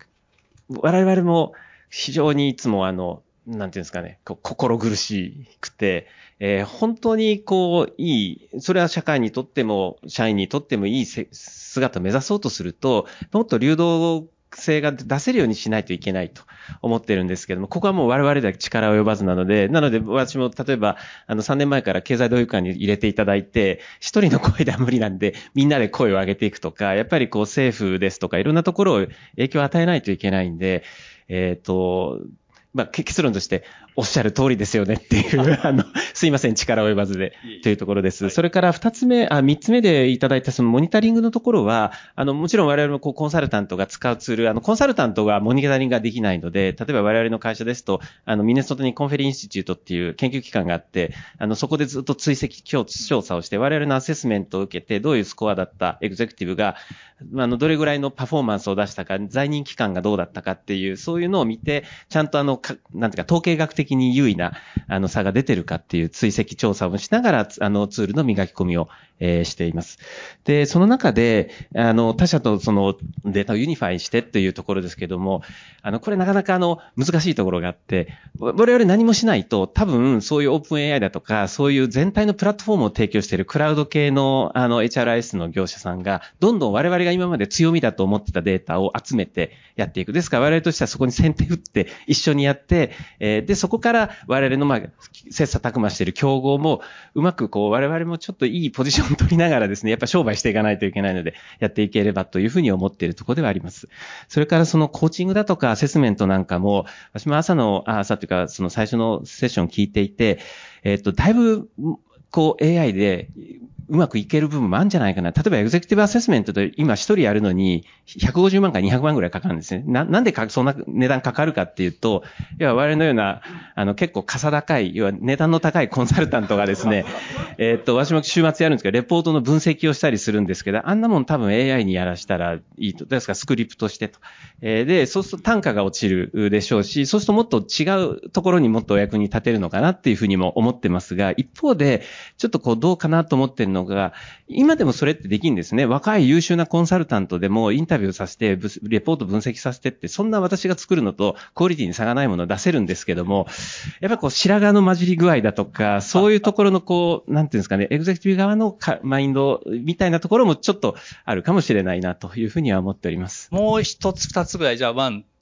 々も非常にいつもなんていうんですかね、心苦しくて、本当にそれは社会にとっても、社員にとってもいい姿を目指そうとすると、もっと流動性が出せるようにしないといけないと思ってるんですけども、ここはもう我々では力及ばずなので、私も例えば、3年前から経済同友会に入れていただいて、一人の声では無理なんで、みんなで声を上げていくとか、やっぱり政府ですとか、いろんなところを影響を与えないといけないんで、結論として、おっしゃる通りですよねっていう、すいません、力及ばずで、というところです。それから三つ目でいただいたそのモニタリングのところは、もちろん我々もコンサルタントが使うツール、コンサルタントがモニタリングができないので、例えば我々の会社ですと、ミネソタにコンフェリインスティチュートっていう研究機関があって、そこでずっと追跡調査をして、我々のアセスメントを受けて、どういうスコアだったエグゼクティブが、どれぐらいのパフォーマンスを出したか、在任期間がどうだったかっていう、そういうのを見て、ちゃんとなんていうか、統計学的に優位な、差が出てるかっていう追跡調査をしながら、ツールの磨き込みを、しています。で、その中で、他社とそのデータをユニファイしてっていうところですけども、これなかなか難しいところがあって、我々何もしないと、多分そういうオープン AI だとか、そういう全体のプラットフォームを提供しているクラウド系の、HRIS の業者さんが、どんどん我々が今まで強みだと思ってたデータを集めてやっていく。ですから我々としてはそこに先手打って一緒にやって、で、そこから我々の切磋琢磨している競合も、うまく我々もちょっといいポジションを取りながらですね、やっぱ商売していかないといけないので、やっていければというふうに思っているところではあります。それからそのコーチングだとかアセスメントなんかも、私も朝というか、その最初のセッションを聞いていて、だいぶ、AI で、 うまくいける部分もあるんじゃないかな。例えばエグゼクティブアセスメントで今一人やるのに150万から200万ぐらいかかるんですね。なんでそんな値段かかるかっていうと、要は我々のような、結構傘高い、要は値段の高いコンサルタントがですね、私も週末やるんですけど、レポートの分析をしたりするんですけど、あんなもん多分 AI にやらしたらいいと。ですからスクリプトしてと。で、そうすると単価が落ちるでしょうし、そうするともっと違うところにもっとお役に立てるのかなっていうふうにも思ってますが、一方で、ちょっとどうかなと思ってるのが、今でもそれってできるんですね。若い優秀なコンサルタントでもインタビューさせて、レポート分析させてって、そんな私が作るのとクオリティに差がないものを出せるんですけども、やっぱり白髪の混じり具合だとか、そういうところのなんていうんですかね、エグゼクティブ側のマインドみたいなところもちょっとあるかもしれないなというふうには思っております。 もう一つ二つぐらい、じゃあ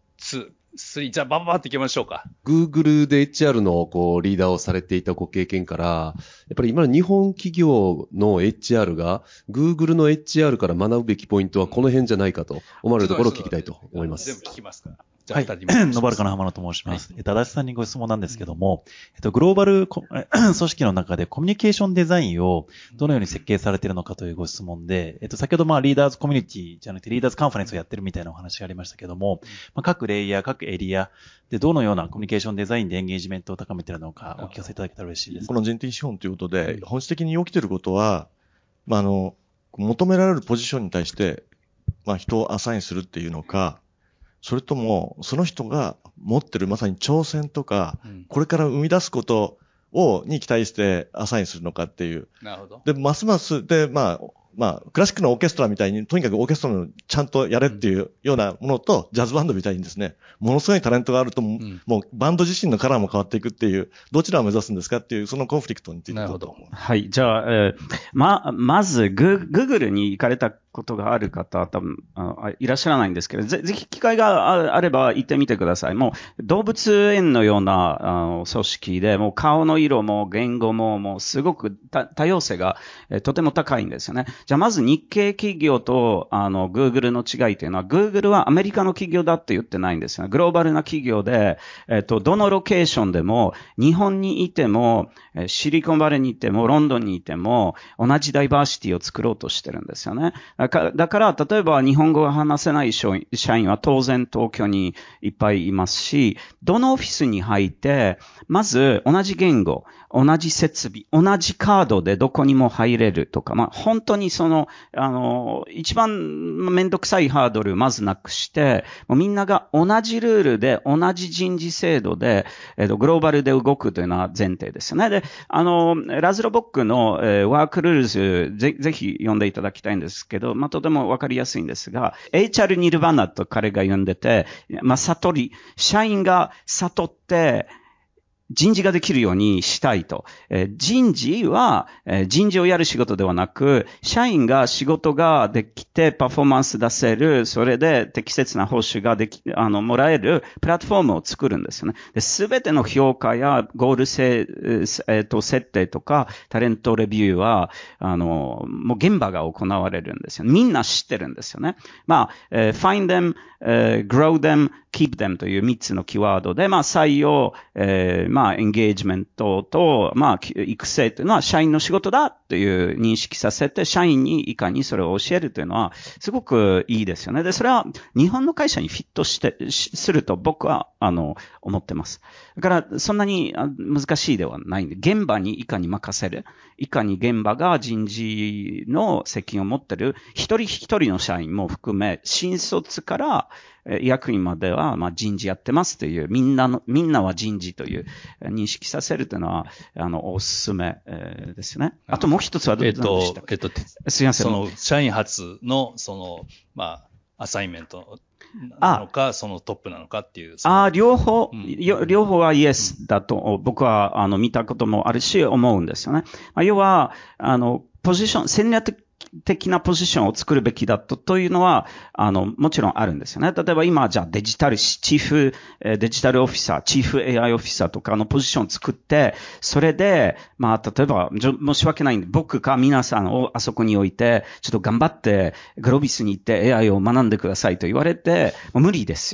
1、2、3、じゃあバババっていきましょうか。 Google で HR のリーダーをされていたご経験から、やっぱり今の日本企業の HR が Google の HR から学ぶべきポイントはこの辺じゃないかと思われるところを聞きたいと思います。 全部聞きますから。じゃあはい。ノバルカの浜野と申します。足立さんにご質問なんですけども、グローバル組織の中でコミュニケーションデザインをどのように設計されているのかというご質問で、先ほどリーダーズコミュニティじゃなくてリーダーズカンファレンスをやってるみたいなお話がありましたけども、各レイヤー、各エリアでどのようなコミュニケーションデザインでエンゲージメントを高めているのかお聞かせいただけたら嬉しいです。 この人的資本ということで、本質的に起きていることは、求められるポジションに対して、人をアサインするっていうのか、それとも、その人が持ってるまさに挑戦とか、これから生み出すことに期待してアサインするのかっていう。 なるほど。 で、ますます、で、クラシックのオーケストラみたいに、とにかくオーケストラのちゃんとやれっていうようなものと、ジャズバンドみたいにですね、ものすごいタレントがあると、もうバンド自身のカラーも変わっていくっていう、どちらを目指すんですかっていう、そのコンフリクトについて。なるほど。 はい。じゃあ、まず、Google に行かれたことがある方、多分いらっしゃらないんですけど、ぜひ機会があれば行ってみてください。もう動物園のような組織で、もう顔の色も言語ももうすごく多様性がとても高いんですよね。じゃあまず日系企業とGoogle の違いというのは、Google はアメリカの企業だって言ってないんですよね。グローバルな企業で、どのロケーションでも、日本にいても、シリコンバレーにいても、ロンドンにいても、同じダイバーシティを作ろうとしてるんですよね。だから、例えば日本語が話せない社員は当然東京にいっぱいいますし、どのオフィスに入って、まず同じ言語、同じ設備、同じカードでどこにも入れるとか、本当に一番めんどくさいハードルをまずなくして、もうみんなが同じルールで、同じ人事制度で、グローバルで動くというのは前提ですよね。で、ラズロボックの、ワークルールズ、ぜひ読んでいただきたいんですけど、とてもわかりやすいんですが、HR ニルバナと彼が呼んでて、悟り、社員が悟って、人事ができるようにしたいと。人事は、人事をやる仕事ではなく、社員が仕事ができてパフォーマンス出せる、それで適切な報酬がもらえるプラットフォームを作るんですよね。すべての評価やゴール設定とかタレントレビューは、もう現場が行われるんですよ。みんな知ってるんですよね。find them, grow them, keep them という3つのキーワードで、採用、エンゲージメントと、育成というのは社員の仕事だという認識させて、社員にいかにそれを教えるというのは、すごくいいですよね。で、それは日本の会社にフィットすると僕は、思ってます。だから、そんなに難しいではないんで、現場にいかに任せる、いかに現場が人事の責任を持っている、一人一人の社員も含め、新卒から役員までは、人事やってますという、みんなは人事という認識させるというのは、おすすめですね。あともう一つはどうでしたっけ？すいません。 社員初の、アサインメントなのか、そのトップなのかっていう。 両方はイエスだと、僕は、見たこともあるし、思うんですよね。要は、ポジション、戦略的なポジションを作るべきだというのは、もちろんあるんですよね。例えば今、じゃあデジタルデジタルオフィサー、チーフ AI オフィサーとかのポジションを作って、それで、例えば、申し訳ないんで、僕か皆さんをあそこに置いて、ちょっと頑張って、グロービスに行って AI を学んでくださいと言われて、無理ですよ。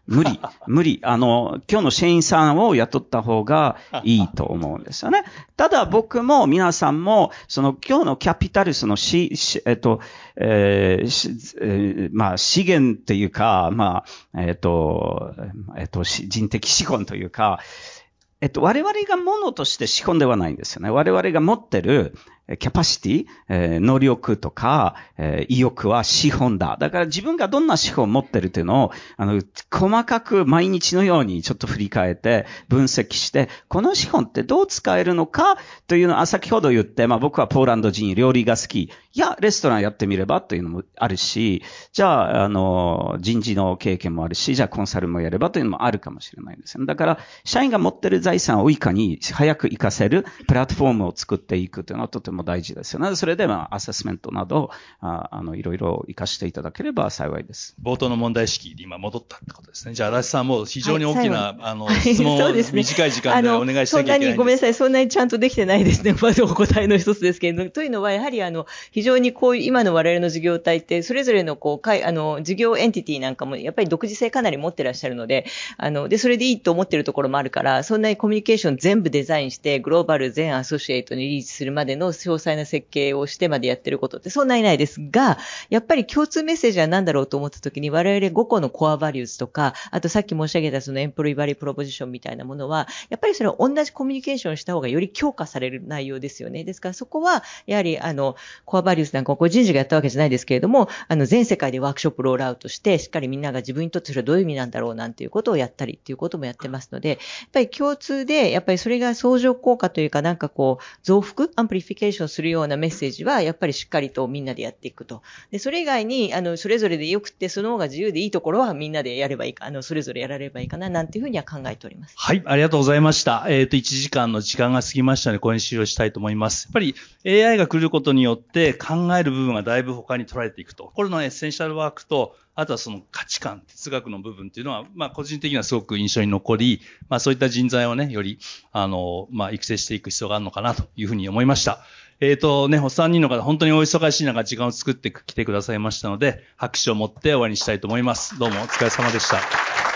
無理。今日の社員さんを雇った方がいいと思うんですよね。ただ僕も皆さんも、今日のキャピタルスの資源というか、人的資本というか、我々が物として資本ではないんですよね。我々が持ってるキャパシティ、能力とか、意欲は資本だ。だから自分がどんな資本を持ってるというのを、細かく毎日のようにちょっと振り返って分析して、この資本ってどう使えるのかというのは先ほど言って、僕はポーランド人、料理が好き。いや、レストランやってみればというのもあるし、じゃあ、人事の経験もあるし、じゃあコンサルもやればというのもあるかもしれないんですよね。だから、社員が持ってる財産をいかに早く活かせるプラットフォームを作っていくというのはとても大事ですよね。それでアセスメントなど、いろいろ活かしていただければ幸いです。 冒頭の問題意識に今戻ったってことですね。じゃあ、足立さんも非常に大きな、質問を短い時間でお願いしなきゃいけないんです。 そんなにごめんなさい。そんなにちゃんとできてないですね。まずお答えの一つですけれども。というのは、やはり非常にこういう今の我々の事業体って、それぞれの事業エンティティなんかもやっぱり独自性かなり持ってらっしゃるので、それでいいと思ってるところもあるから、そんなにコミュニケーション全部デザインして、グローバル全アソシエイトにリーチするまでの詳細な設計をしてまでやってることってそんなにないですが、やっぱり共通メッセージは何だろうと思ったときに、我々5個のコアバリューズとか、あとさっき申し上げたそのエンプロイバリープロポジションみたいなものは、やっぱりそれは同じコミュニケーションをした方がより強化される内容ですよね。ですからそこは、やはりコアバリューズなんかこれ人事がやったわけじゃないですけれども、全世界でワークショップロールアウトして、しっかりみんなが自分にとってそれはどういう意味なんだろうなんていうことをやったりっていうこともやってますので、やっぱり共通で、やっぱりそれが相乗効果というか増幅、アンプリフィケーションするようなメッセージは、やっぱりしっかりとみんなでやっていくと。で、それ以外に、それぞれでよくって、その方が自由でいいところはみんなでやればいいか、それぞれやられればいいかな、なんていうふうには考えております。 はい、ありがとうございました。1時間の時間が過ぎましたので、これに終了したいと思います。やっぱり AI が来ることによって考える部分がだいぶ他に取られていくと。これのエッセンシャルワークと、あとはその価値観、哲学の部分っていうのは、個人的にはすごく印象に残り、そういった人材をね、より、育成していく必要があるのかなというふうに思いました。お3人の方、本当にお忙しい中、時間を作ってきてくださいましたので、拍手を持って終わりにしたいと思います。どうもお疲れ様でした。